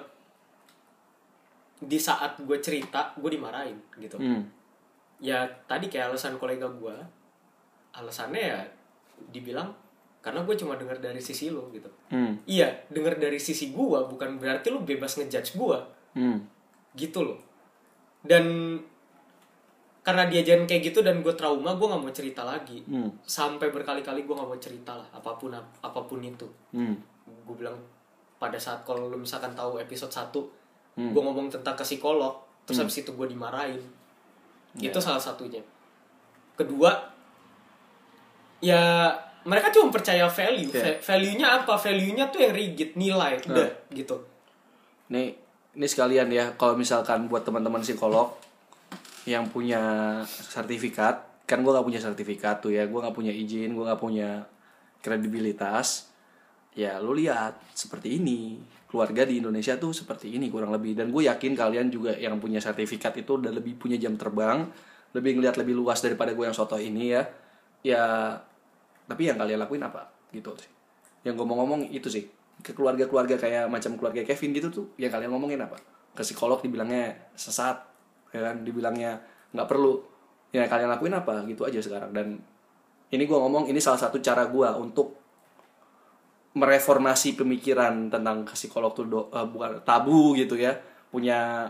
di saat gue cerita gue dimarahin gitu. Ya tadi kayak alasan kolega gue, alasannya ya dibilang karena gue cuma dengar dari sisi lo gitu. Iya, dengar dari sisi gue bukan berarti lo bebas ngejudge gue. Gitu loh. Dan karena dia jangan kayak gitu dan gue trauma, gue nggak mau cerita lagi. Sampai berkali-kali gue nggak mau cerita lah, apapun itu. Gue bilang pada saat kalau lo misalkan tahu episode 1, gue ngomong tentang ke psikolog, terus habis itu gue dimarahin. Itu salah satunya. Kedua, ya mereka cuma percaya value. Value-nya apa? Value-nya tuh yang rigid, nilai, udah gitu. Nih, ini sekalian ya, kalau misalkan buat teman-teman psikolog yang punya sertifikat, kan gue gak punya sertifikat tuh ya, gue gak punya izin, gue gak punya kredibilitas. Ya lu lihat seperti ini, keluarga di Indonesia tuh seperti ini kurang lebih. Dan gue yakin kalian juga yang punya sertifikat itu udah lebih punya jam terbang, lebih ngeliat lebih luas daripada gue yang soto ini ya. Ya, tapi yang kalian lakuin apa gitu sih. Yang gue mau ngomong itu sih, ke keluarga-keluarga kayak macam keluarga Kevin gitu tuh, yang kalian ngomongin apa? Ke psikolog dibilangnya sesat, ya kan, dibilangnya nggak perlu. Ya kalian lakuin apa gitu aja sekarang. Dan ini gue ngomong, ini salah satu cara gue untuk mereformasi pemikiran tentang ke psikolog tuh bukan tabu gitu ya. Punya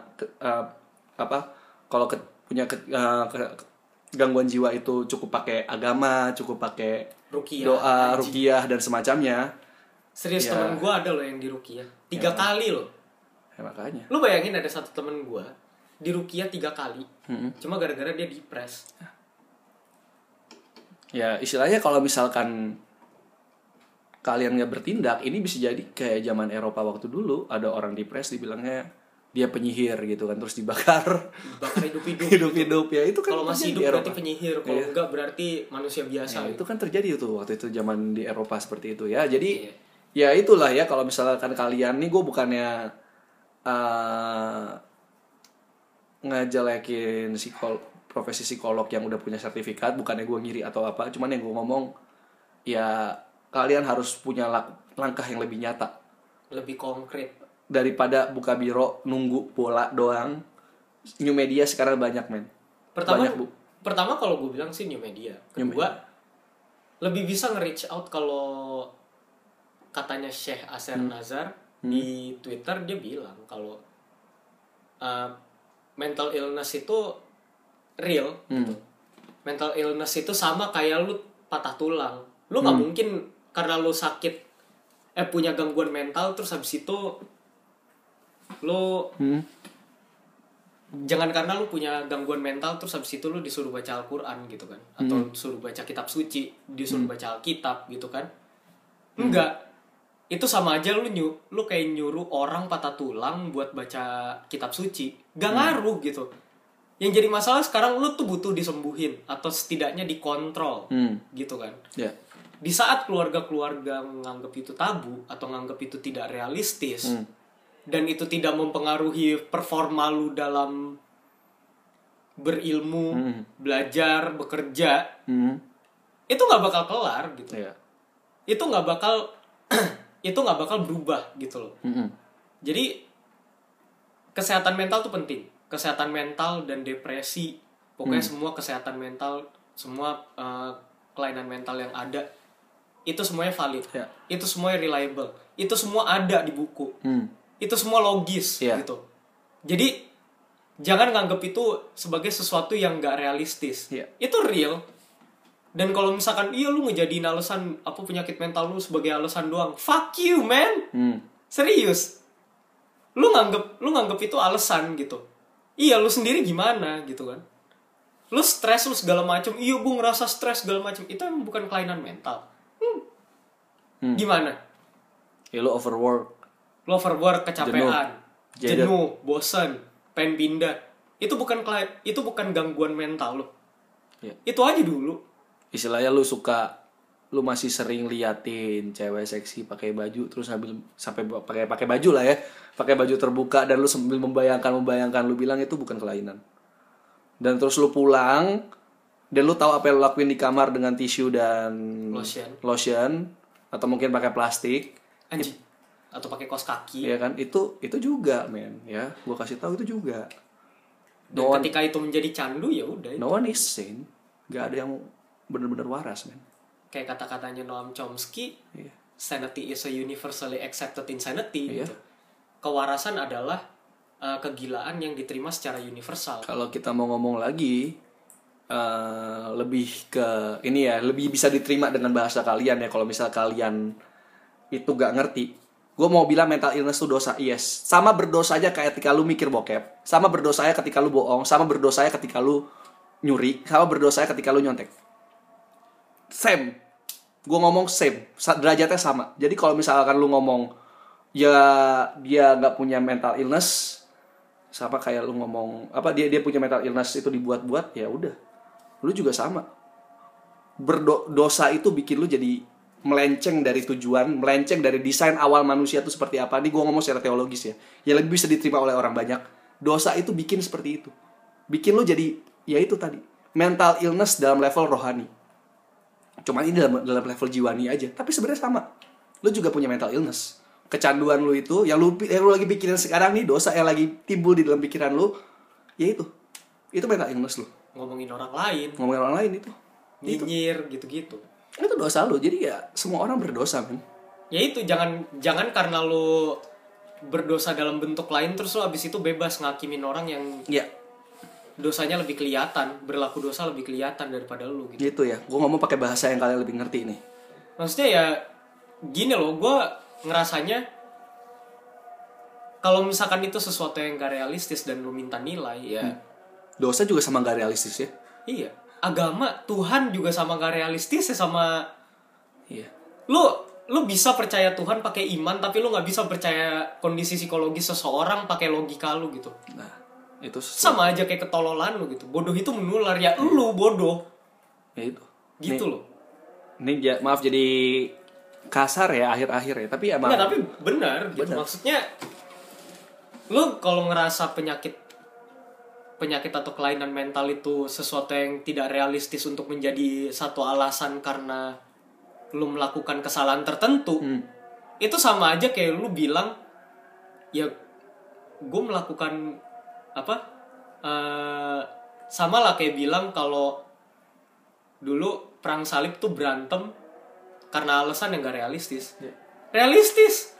kalau punya gangguan jiwa itu cukup pakai agama, cukup pakai doa, ruqyah dan semacamnya. Serius ya. Temen gue ada loh yang di ruqyah 3 kali loh. Ya, makanya. Lu bayangin ada satu temen gue di ruqyah 3 kali. Cuma gara-gara dia depres. Ya istilahnya kalau misalkan kalian nggak bertindak, ini bisa jadi kayak zaman Eropa waktu dulu, ada orang depres dibilangnya dia penyihir gitu kan, terus dibakar hidup-hidup ya. Itu kan kalau masih hidup berarti penyihir, kalau enggak berarti manusia biasa. Itu kan terjadi tuh waktu itu zaman di Eropa seperti itu ya. Jadi ya itulah ya, kalau misalkan kalian nih, gue bukannya ngejelekin profesi psikolog yang udah punya sertifikat, bukannya gue ngiri atau apa, cuman yang gue ngomong ya kalian harus punya langkah yang lebih nyata, lebih konkret daripada buka biro nunggu bola doang. New media sekarang banyak men. Pertama kalau gue bilang sih new media. Kedua lebih bisa nge-reach out. Kalau katanya Syekh Asher Nazar di Twitter, dia bilang kalau mental illness itu real gitu. Mental illness itu sama kayak lu patah tulang. Lu nggak mungkin karena lu sakit punya gangguan mental terus habis itu lu jangan karena lu punya gangguan mental terus habis itu lu disuruh baca Al-Quran gitu kan, atau disuruh baca kitab suci, disuruh baca Alkitab gitu kan. Enggak. Itu sama aja lu kayak nyuruh orang patah tulang buat baca kitab suci. Gak ngaruh gitu. Yang jadi masalah sekarang lu tuh butuh disembuhin atau setidaknya dikontrol gitu kan. Yeah. Di saat keluarga-keluarga menganggap itu tabu atau menganggap itu tidak realistis dan itu tidak mempengaruhi performa lu dalam berilmu, belajar, bekerja, itu nggak bakal kelar gitu. Yeah. Itu nggak bakal berubah gitu loh. Jadi kesehatan mental tuh penting. Kesehatan mental dan depresi, pokoknya semua kesehatan mental, semua kelainan mental yang ada, itu semuanya valid, itu semuanya reliable, itu semua ada di buku, itu semua logis gitu. Jadi jangan nganggap itu sebagai sesuatu yang nggak realistis. Itu real. Dan kalau misalkan lu ngejadiin alasan apa penyakit mental lu sebagai alasan doang, fuck you man. Serius. Lu nganggap itu alasan gitu. Iya, lu sendiri gimana gitu kan? Lu stres lu segala macam. Iya, gue ngerasa stres segala macam. Itu emang bukan kelainan mental. Gimana? Ya lu overwork. Lu overwork, kecapean, jenuh, bosan, pengen pindah. Itu bukan gangguan mental lu. Itu aja dulu. Istilahnya lu masih sering liatin cewek seksi pakai baju, terus sampai pakai baju lah ya, pakai baju terbuka, dan lu sambil membayangkan lu bilang itu bukan kelainan. Dan terus lu pulang dan lu tahu apa yang lu lakuin di kamar dengan tisu dan lotion atau mungkin pakai plastik, atau pakai kaos kaki. Ya kan, itu juga men ya, gua kasih tahu itu juga. Dan ketika itu menjadi candu ya udah. No one is sane. Gak ada yang benar-benar waras men. Kayak kata-katanya Noam Chomsky, sanity is a universally accepted insanity gitu. Kewarasan adalah kegilaan yang diterima secara universal. Kalau kita mau ngomong lagi lebih ke ini ya, lebih bisa diterima dengan bahasa kalian ya. Kalau misal kalian itu gak ngerti, gue mau bilang mental illness itu dosa. Yes, sama berdosanya kayak ketika lu mikir bokep, sama berdosanya ketika lu bohong, sama berdosanya ketika lu nyuri, sama berdosanya ketika lu nyontek. Same. Gue ngomong same, derajatnya sama. Jadi kalau misalkan lu ngomong ya dia nggak punya mental illness, sama kayak lu ngomong apa dia punya mental illness itu dibuat-buat, ya udah, lu juga sama. Berdosa itu bikin lu jadi melenceng dari tujuan, melenceng dari desain awal manusia itu seperti apa. Ini gue ngomong secara teologis ya, yang lebih bisa diterima oleh orang banyak. Dosa itu bikin seperti itu, bikin lu jadi ya itu tadi, mental illness dalam level rohani. Cuma ini dalam level jiwani aja, tapi sebenarnya sama. Lu juga punya mental illness. Kecanduan lu itu, yang lu lagi pikirin sekarang nih, dosa yang lagi timbul di dalam pikiran lu, ya itu mental illness lu. Ngomongin orang lain itu. Nyinyir gitu-gitu. Itu dosa lu. Jadi ya semua orang berdosa, men. Ya itu, jangan karena lu berdosa dalam bentuk lain terus lu abis itu bebas ngakimin orang yang ya dosanya lebih kelihatan, berlaku dosa lebih kelihatan daripada lu gitu. Gitu ya. Gue ngomong pakai bahasa yang kalian lebih ngerti nih. Maksudnya ya gini loh, gue ngerasanya kalau misalkan itu sesuatu yang gak realistis dan lu minta nilai ya dosa juga sama gak realistis ya. Iya. Agama, Tuhan juga sama gak realistis ya, sama iya. Lu bisa percaya Tuhan pakai iman, tapi lu nggak bisa percaya kondisi psikologis seseorang pakai logika lu gitu. Nah, itu sama aja kayak ketololan lu gitu. Bodoh itu menular ya, lu bodoh. Ya itu. Gitu loh. Ini maaf jadi kasar ya akhir-akhir ya, tapi ya maaf. Enggak, tapi benar gitu. Maksudnya lu kalau ngerasa penyakit atau kelainan mental itu sesuatu yang tidak realistis untuk menjadi satu alasan karena lu melakukan kesalahan tertentu, itu sama aja kayak lu bilang ya gue melakukan apa, sama lah kayak bilang kalau dulu perang salib tuh berantem karena alasan yang gak realistis. Realistis.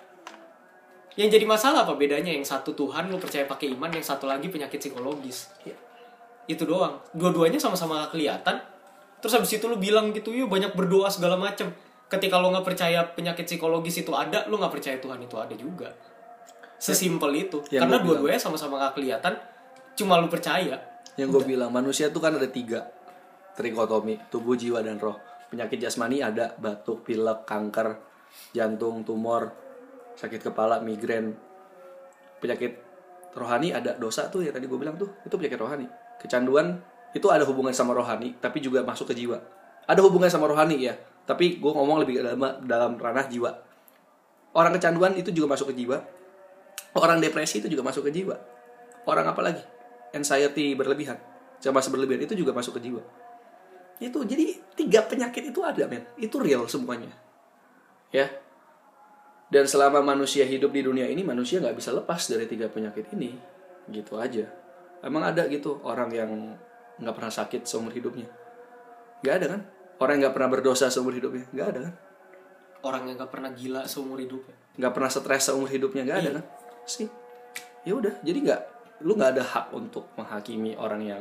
Yang jadi masalah apa bedanya? Yang satu Tuhan lu percaya pakai iman, yang satu lagi penyakit psikologis. Itu doang. Dua-duanya sama-sama gak kelihatan. Terus habis itu lu bilang gitu, yuk banyak berdoa segala macem. Ketika lu gak percaya penyakit psikologis itu ada, lu gak percaya Tuhan itu ada juga. Sesimpel itu. Karena dua-duanya sama-sama gak kelihatan, cuma lu percaya. Yang gue bilang, manusia tuh kan ada 3 trikotomi, tubuh, jiwa, dan roh. Penyakit jasmani ada, batuk, pilek, kanker, jantung, tumor, sakit kepala, migrain. Penyakit rohani ada, dosa tuh ya tadi gue bilang tuh, itu penyakit rohani. Kecanduan itu ada hubungan sama rohani, tapi juga masuk ke jiwa. Ada hubungan sama rohani ya, tapi gue ngomong lebih dalam ranah jiwa. Orang kecanduan itu juga masuk ke jiwa. Orang depresi itu juga masuk ke jiwa. Orang apa lagi? Anxiety berlebihan, cemas berlebihan itu juga masuk ke jiwa. Itu jadi 3 penyakit itu ada, men. Itu real semuanya. Ya. Dan selama manusia hidup di dunia ini, manusia nggak bisa lepas dari 3 penyakit ini. Gitu aja. Emang ada gitu orang yang nggak pernah sakit seumur hidupnya? Nggak ada kan? Orang yang nggak pernah berdosa seumur hidupnya? Nggak ada kan? Orang yang nggak pernah gila seumur hidupnya? Nggak pernah stres seumur hidupnya? Nggak ada kan? Sih. Ya udah. Jadi lu nggak ada hak untuk menghakimi orang yang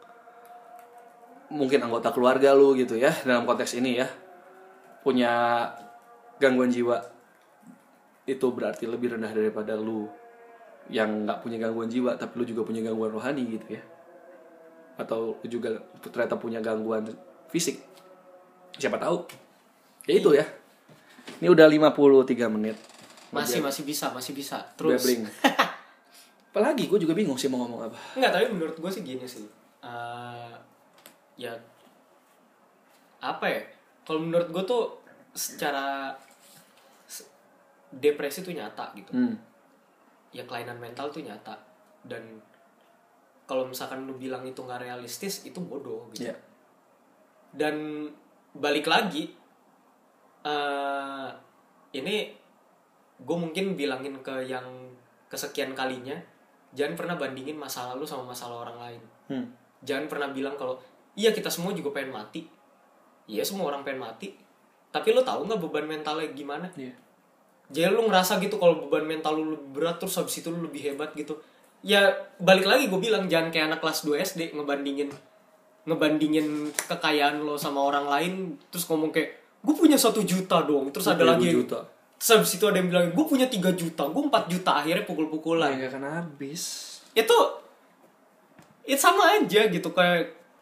mungkin anggota keluarga lu gitu ya, dalam konteks ini ya, punya gangguan jiwa. Itu berarti lebih rendah daripada lu yang nggak punya gangguan jiwa tapi lu juga punya gangguan rohani gitu ya, atau lu juga ternyata punya gangguan fisik, siapa tahu. Ya itu ya. Ini udah 53 menit. Masih bisa terus. Apalagi gue juga bingung sih mau ngomong apa. Enggak, tapi menurut gue sih gini sih. Ya apa ya? Kalau menurut gue tuh secara depresi tuh nyata gitu. Ya kelainan mental tuh nyata. Dan kalau misalkan lu bilang itu nggak realistis, itu bodoh gitu. Dan balik lagi, ini gue mungkin bilangin ke yang kesekian kalinya, jangan pernah bandingin masa lalu sama masalah orang lain. Jangan pernah bilang kalau iya kita semua juga pengen mati. Iya, semua orang pengen mati. Tapi lo tahu nggak beban mentalnya gimana? Jadi lu ngerasa gitu kalau beban mental lu lebih berat, terus habis itu lu lebih hebat gitu. Ya balik lagi gue bilang, jangan kayak anak kelas 2 SD ngebandingin kekayaan lo sama orang lain, terus ngomong kayak gue punya 1 juta dong, terus ada lagi juta. Terus habis itu ada yang bilang gue punya 3 juta, gue 4 juta, akhirnya pukul-pukulan. Ya gak akan habis. Itu sama aja gitu, kayak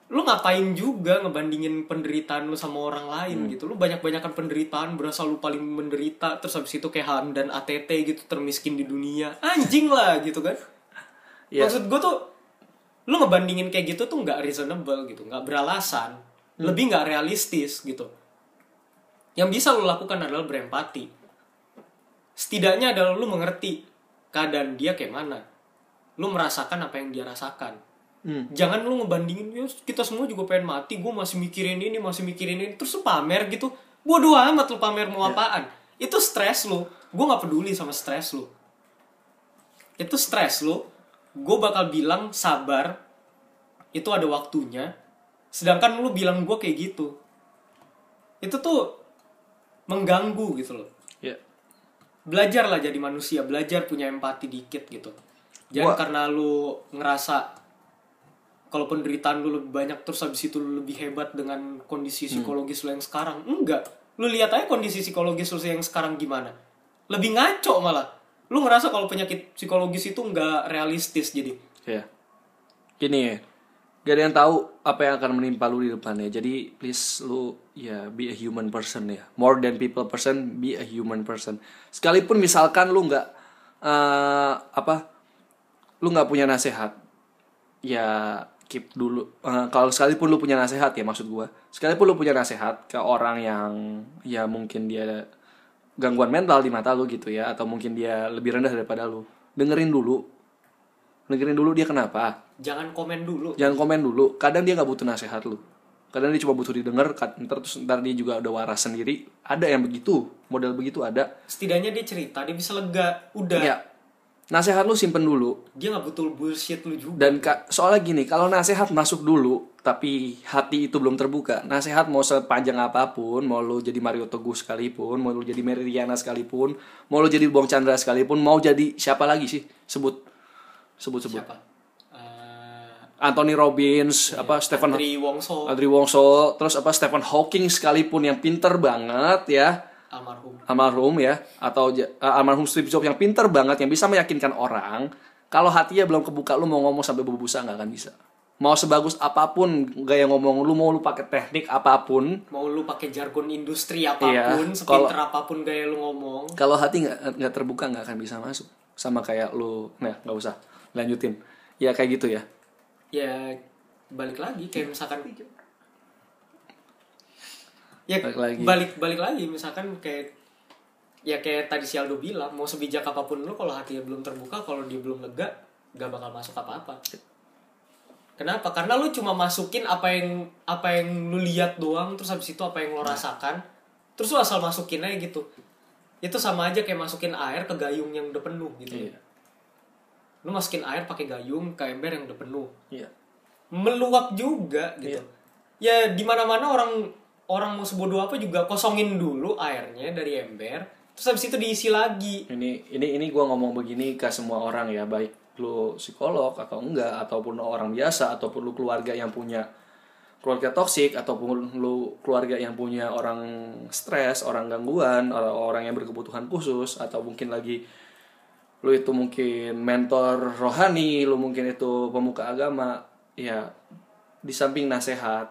lu ngapain juga ngebandingin penderitaan lu sama orang lain gitu. Lu banyak-banyakan penderitaan, berasa lu paling menderita, terus habis itu kayak Hamdan ATT gitu, termiskin di dunia. Anjing lah gitu kan. Maksud gue tuh lu ngebandingin kayak gitu tuh nggak reasonable gitu, nggak beralasan, lebih nggak realistis gitu. Yang bisa lu lakukan adalah berempati. Setidaknya adalah lu mengerti keadaan dia kayak mana, lu merasakan apa yang dia rasakan. Jangan lu ngebandingin, ya kita semua juga pengen mati, gue masih mikirin ini, terus lu pamer gitu. Bodoh amat lu pamer mau apaan. Itu stres lu. Gue gak peduli sama stres lu. Itu stres lu. Gue bakal bilang sabar, itu ada waktunya. Sedangkan lu bilang gue kayak gitu, itu tuh mengganggu gitu loh. Belajarlah jadi manusia, belajar punya empati dikit gitu. Jangan karena lu ngerasa kalau penderitaan lu lebih banyak terus habis itu lu lebih hebat dengan kondisi psikologis lu yang sekarang. Enggak. Lu lihat aja kondisi psikologis lu yang sekarang gimana. Lebih ngaco malah. Lu ngerasa kalau penyakit psikologis itu enggak realistis jadi. Iya. Gini ya. Gak ada yang tahu apa yang akan menimpa lu di depannya. Jadi please lu ya be a human person ya. More than people person, be a human person. Sekalipun misalkan lu enggak lu enggak punya nasihat. Ya keep dulu, kalau sekalipun lu punya nasihat ya, maksud gue sekalipun lu punya nasihat ke orang yang ya mungkin dia ada gangguan mental di mata lu gitu ya, atau mungkin dia lebih rendah daripada lu, dengerin dulu dia kenapa. Jangan komen dulu, kadang dia gak butuh nasihat lu, kadang dia cuma butuh didengar. Ntar dia juga udah waras sendiri. Ada yang begitu, model begitu ada. Setidaknya dia cerita, dia bisa lega. Udah ya. Nasihat lu simpen dulu. Dia gak butuh bullshit lu juga. Dan soalnya gini, kalau nasihat masuk dulu tapi hati itu belum terbuka, nasihat mau sepanjang apapun, mau lu jadi Mario Teguh sekalipun, mau lu jadi Meridiana sekalipun, mau lu jadi Bong Chandra sekalipun, mau jadi siapa lagi sih? Sebut. Siapa? Anthony Robbins, Stephen Andri Wongso, terus Stephen Hawking sekalipun yang pinter banget ya. Almarhum ya, atau almarhum Steve Jobs yang pinter banget, yang bisa meyakinkan orang, kalau hatinya belum kebuka, lu mau ngomong sampai berbusa nggak akan bisa. Mau sebagus apapun gaya ngomong lu, mau lu pakai teknik apapun, mau lu pakai jargon industri apapun, sepinter apapun gaya lu ngomong, kalau hati nggak terbuka nggak akan bisa masuk. Sama kayak lu, nggak usah lanjutin. Ya kayak gitu ya. Ya balik lagi kayak misalkan. Ya balik lagi misalkan kayak tadi si Aldo bilang, mau sebijak apapun lu, kalau hatinya belum terbuka, kalau dia belum lega, gak bakal masuk apa-apa. Kenapa? Karena lu cuma masukin apa yang lu lihat doang, terus habis itu apa yang lu rasakan, terus lu asal masukin aja gitu. Itu sama aja kayak masukin air ke gayung yang udah penuh gitu. Iya. Lu masukin air pakai gayung ke ember yang udah penuh. Iya. Meluap juga gitu. Iya. Ya di mana-mana orang mau sebodoh apa juga kosongin dulu airnya dari ember, terus habis itu diisi lagi. Ini gue ngomong begini ke semua orang ya, baik lu psikolog atau enggak, ataupun orang biasa, ataupun lu keluarga yang punya keluarga toksik, ataupun lu keluarga yang punya orang stres, orang gangguan, orang yang berkebutuhan khusus, atau mungkin lagi lu itu mungkin mentor rohani, lu mungkin itu pemuka agama. Ya di samping nasihat,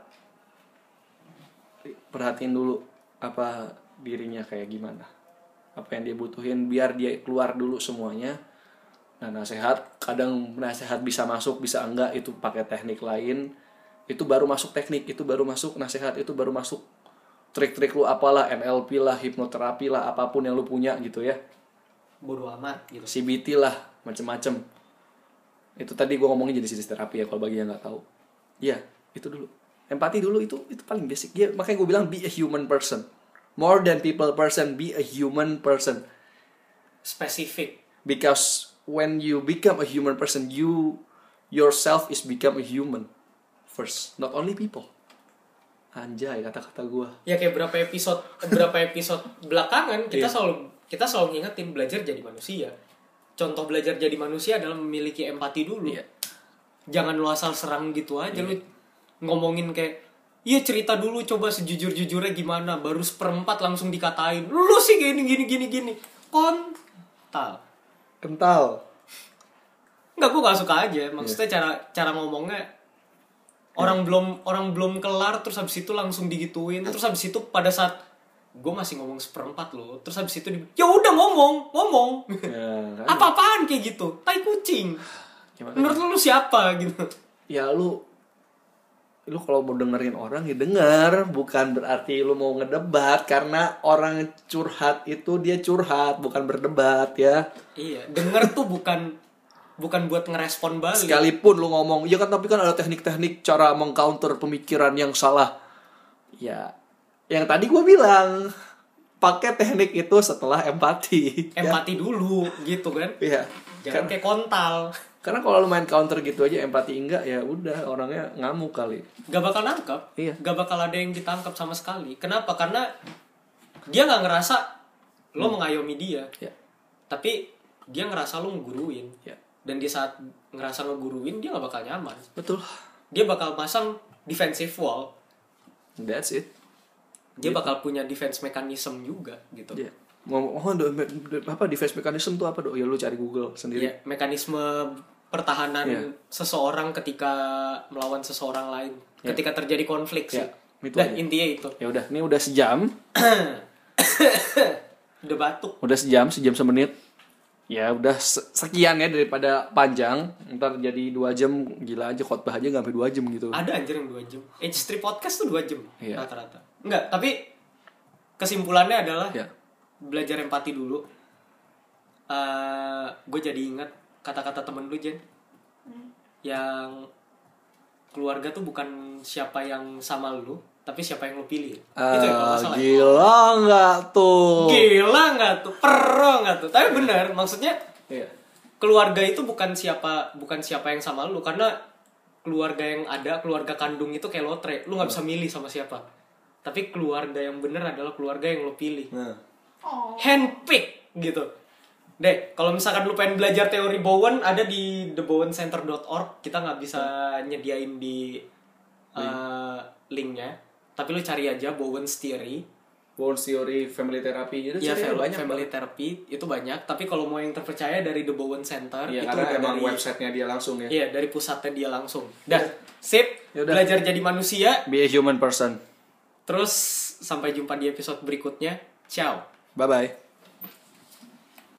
perhatiin dulu apa dirinya kayak gimana, apa yang dia butuhin, biar dia keluar dulu semuanya. Nah kadang nasihat bisa masuk bisa enggak, itu pakai teknik lain, itu baru masuk teknik, itu baru masuk nasihat, itu baru masuk trik-trik lu apalah, NLP lah, hipnoterapi lah, apapun yang lu punya gitu ya, bodo amat gitu, CBT lah, macem-macem. Itu tadi gue ngomongin jenis terapi ya, kalau bagi yang nggak tahu. Ya itu dulu, empati dulu, itu paling basic ya. Makanya gue bilang be a human person, more than people person, be a human person. Specific. Because when you become a human person, you yourself is become a human first, not only people. Anjay kata-kata gue. Ya kayak berapa episode belakangan kita selalu ngingetin belajar jadi manusia. Contoh belajar jadi manusia adalah memiliki empati dulu. Jangan lu asal serang gitu aja. Lu ngomongin kayak, iya cerita dulu coba sejujur-jujurnya gimana, baru 1/4 langsung dikatain lu sih gini. Kental. Enggak, gue gak suka aja. Maksudnya cara ngomongnya Orang belum kelar terus habis itu langsung digituin. Terus habis itu pada saat gue masih ngomong 1/4 loh. Terus habis itu ya udah ngomong. Ya, kan? Apa-apaan kayak gitu? Tai kucing. Menurut lu siapa gitu? Ya lu kalau mau dengerin orang ya denger, bukan berarti lu mau ngedebat, karena orang curhat itu dia curhat, bukan berdebat ya. Iya, denger tuh bukan buat ngerespon balik. Sekalipun lu ngomong, ya kan, tapi kan ada teknik-teknik cara mengcounter pemikiran yang salah. Ya, yang tadi gue bilang, pakai teknik itu setelah empati. Empati dulu gitu kan. Iya. Jangan kayak kontal. Karena kalau lu main counter gitu aja empati enggak, ya udah orangnya ngamuk kali. Gak bakal nangkep. Iya. Gak bakal ada yang ditangkap sama sekali. Kenapa? Karena dia gak ngerasa lo mengayomi dia. Ya. Tapi dia ngerasa lo ngeguruin. Ya. Dan di saat ngerasa ngeguruin, dia gak bakal nyaman. Betul. Dia bakal pasang defensive wall. That's it. Dia bakal punya defense mechanism juga gitu. Ya. Apa defense mechanism tuh apa, Dok? Ya lu cari Google sendiri. Ya, mekanisme pertahanan seseorang ketika melawan seseorang lain. Ketika terjadi konflik sih. Itu intinya itu. Ya udah, ini udah sejam. Udah batuk. Udah sejam semenit. Ya udah sekian ya, daripada panjang. Ntar jadi 2 jam, gila aja khotbah aja gak sampai 2 jam gitu. Ada anjir yang 2 jam. H3 podcast tuh 2 jam rata-rata. Enggak, tapi kesimpulannya adalah belajar empati dulu. Gue jadi ingat kata-kata temen lu, Jen. Yang keluarga tuh bukan siapa yang sama lu, tapi siapa yang lu pilih. Itu ya kalau gak salah. Gila nggak tuh? Gila nggak tuh? Perro nggak tuh? Tapi benar, maksudnya keluarga itu bukan siapa yang sama lu, karena keluarga yang ada, keluarga kandung itu kayak lotre, lu nggak bisa milih sama siapa. Tapi keluarga yang benar adalah keluarga yang lu pilih. Handpick gitu. Dek, kalau misalkan lu pengen belajar teori Bowen, ada di thebowencenter.org. Kita nggak bisa nyediain di linknya, tapi lu cari aja Bowen's Theory. Bowen's Theory, Family Therapy itu banyak. Family Therapy itu banyak, tapi kalau mau yang terpercaya dari The Bowen Center, itu karena emang dari websitenya dia langsung ya. Iya, dari pusatnya dia langsung. Dah, sip. Yaudah. Belajar jadi manusia. Be a human person. Terus sampai jumpa di episode berikutnya. Ciao. Bye bye.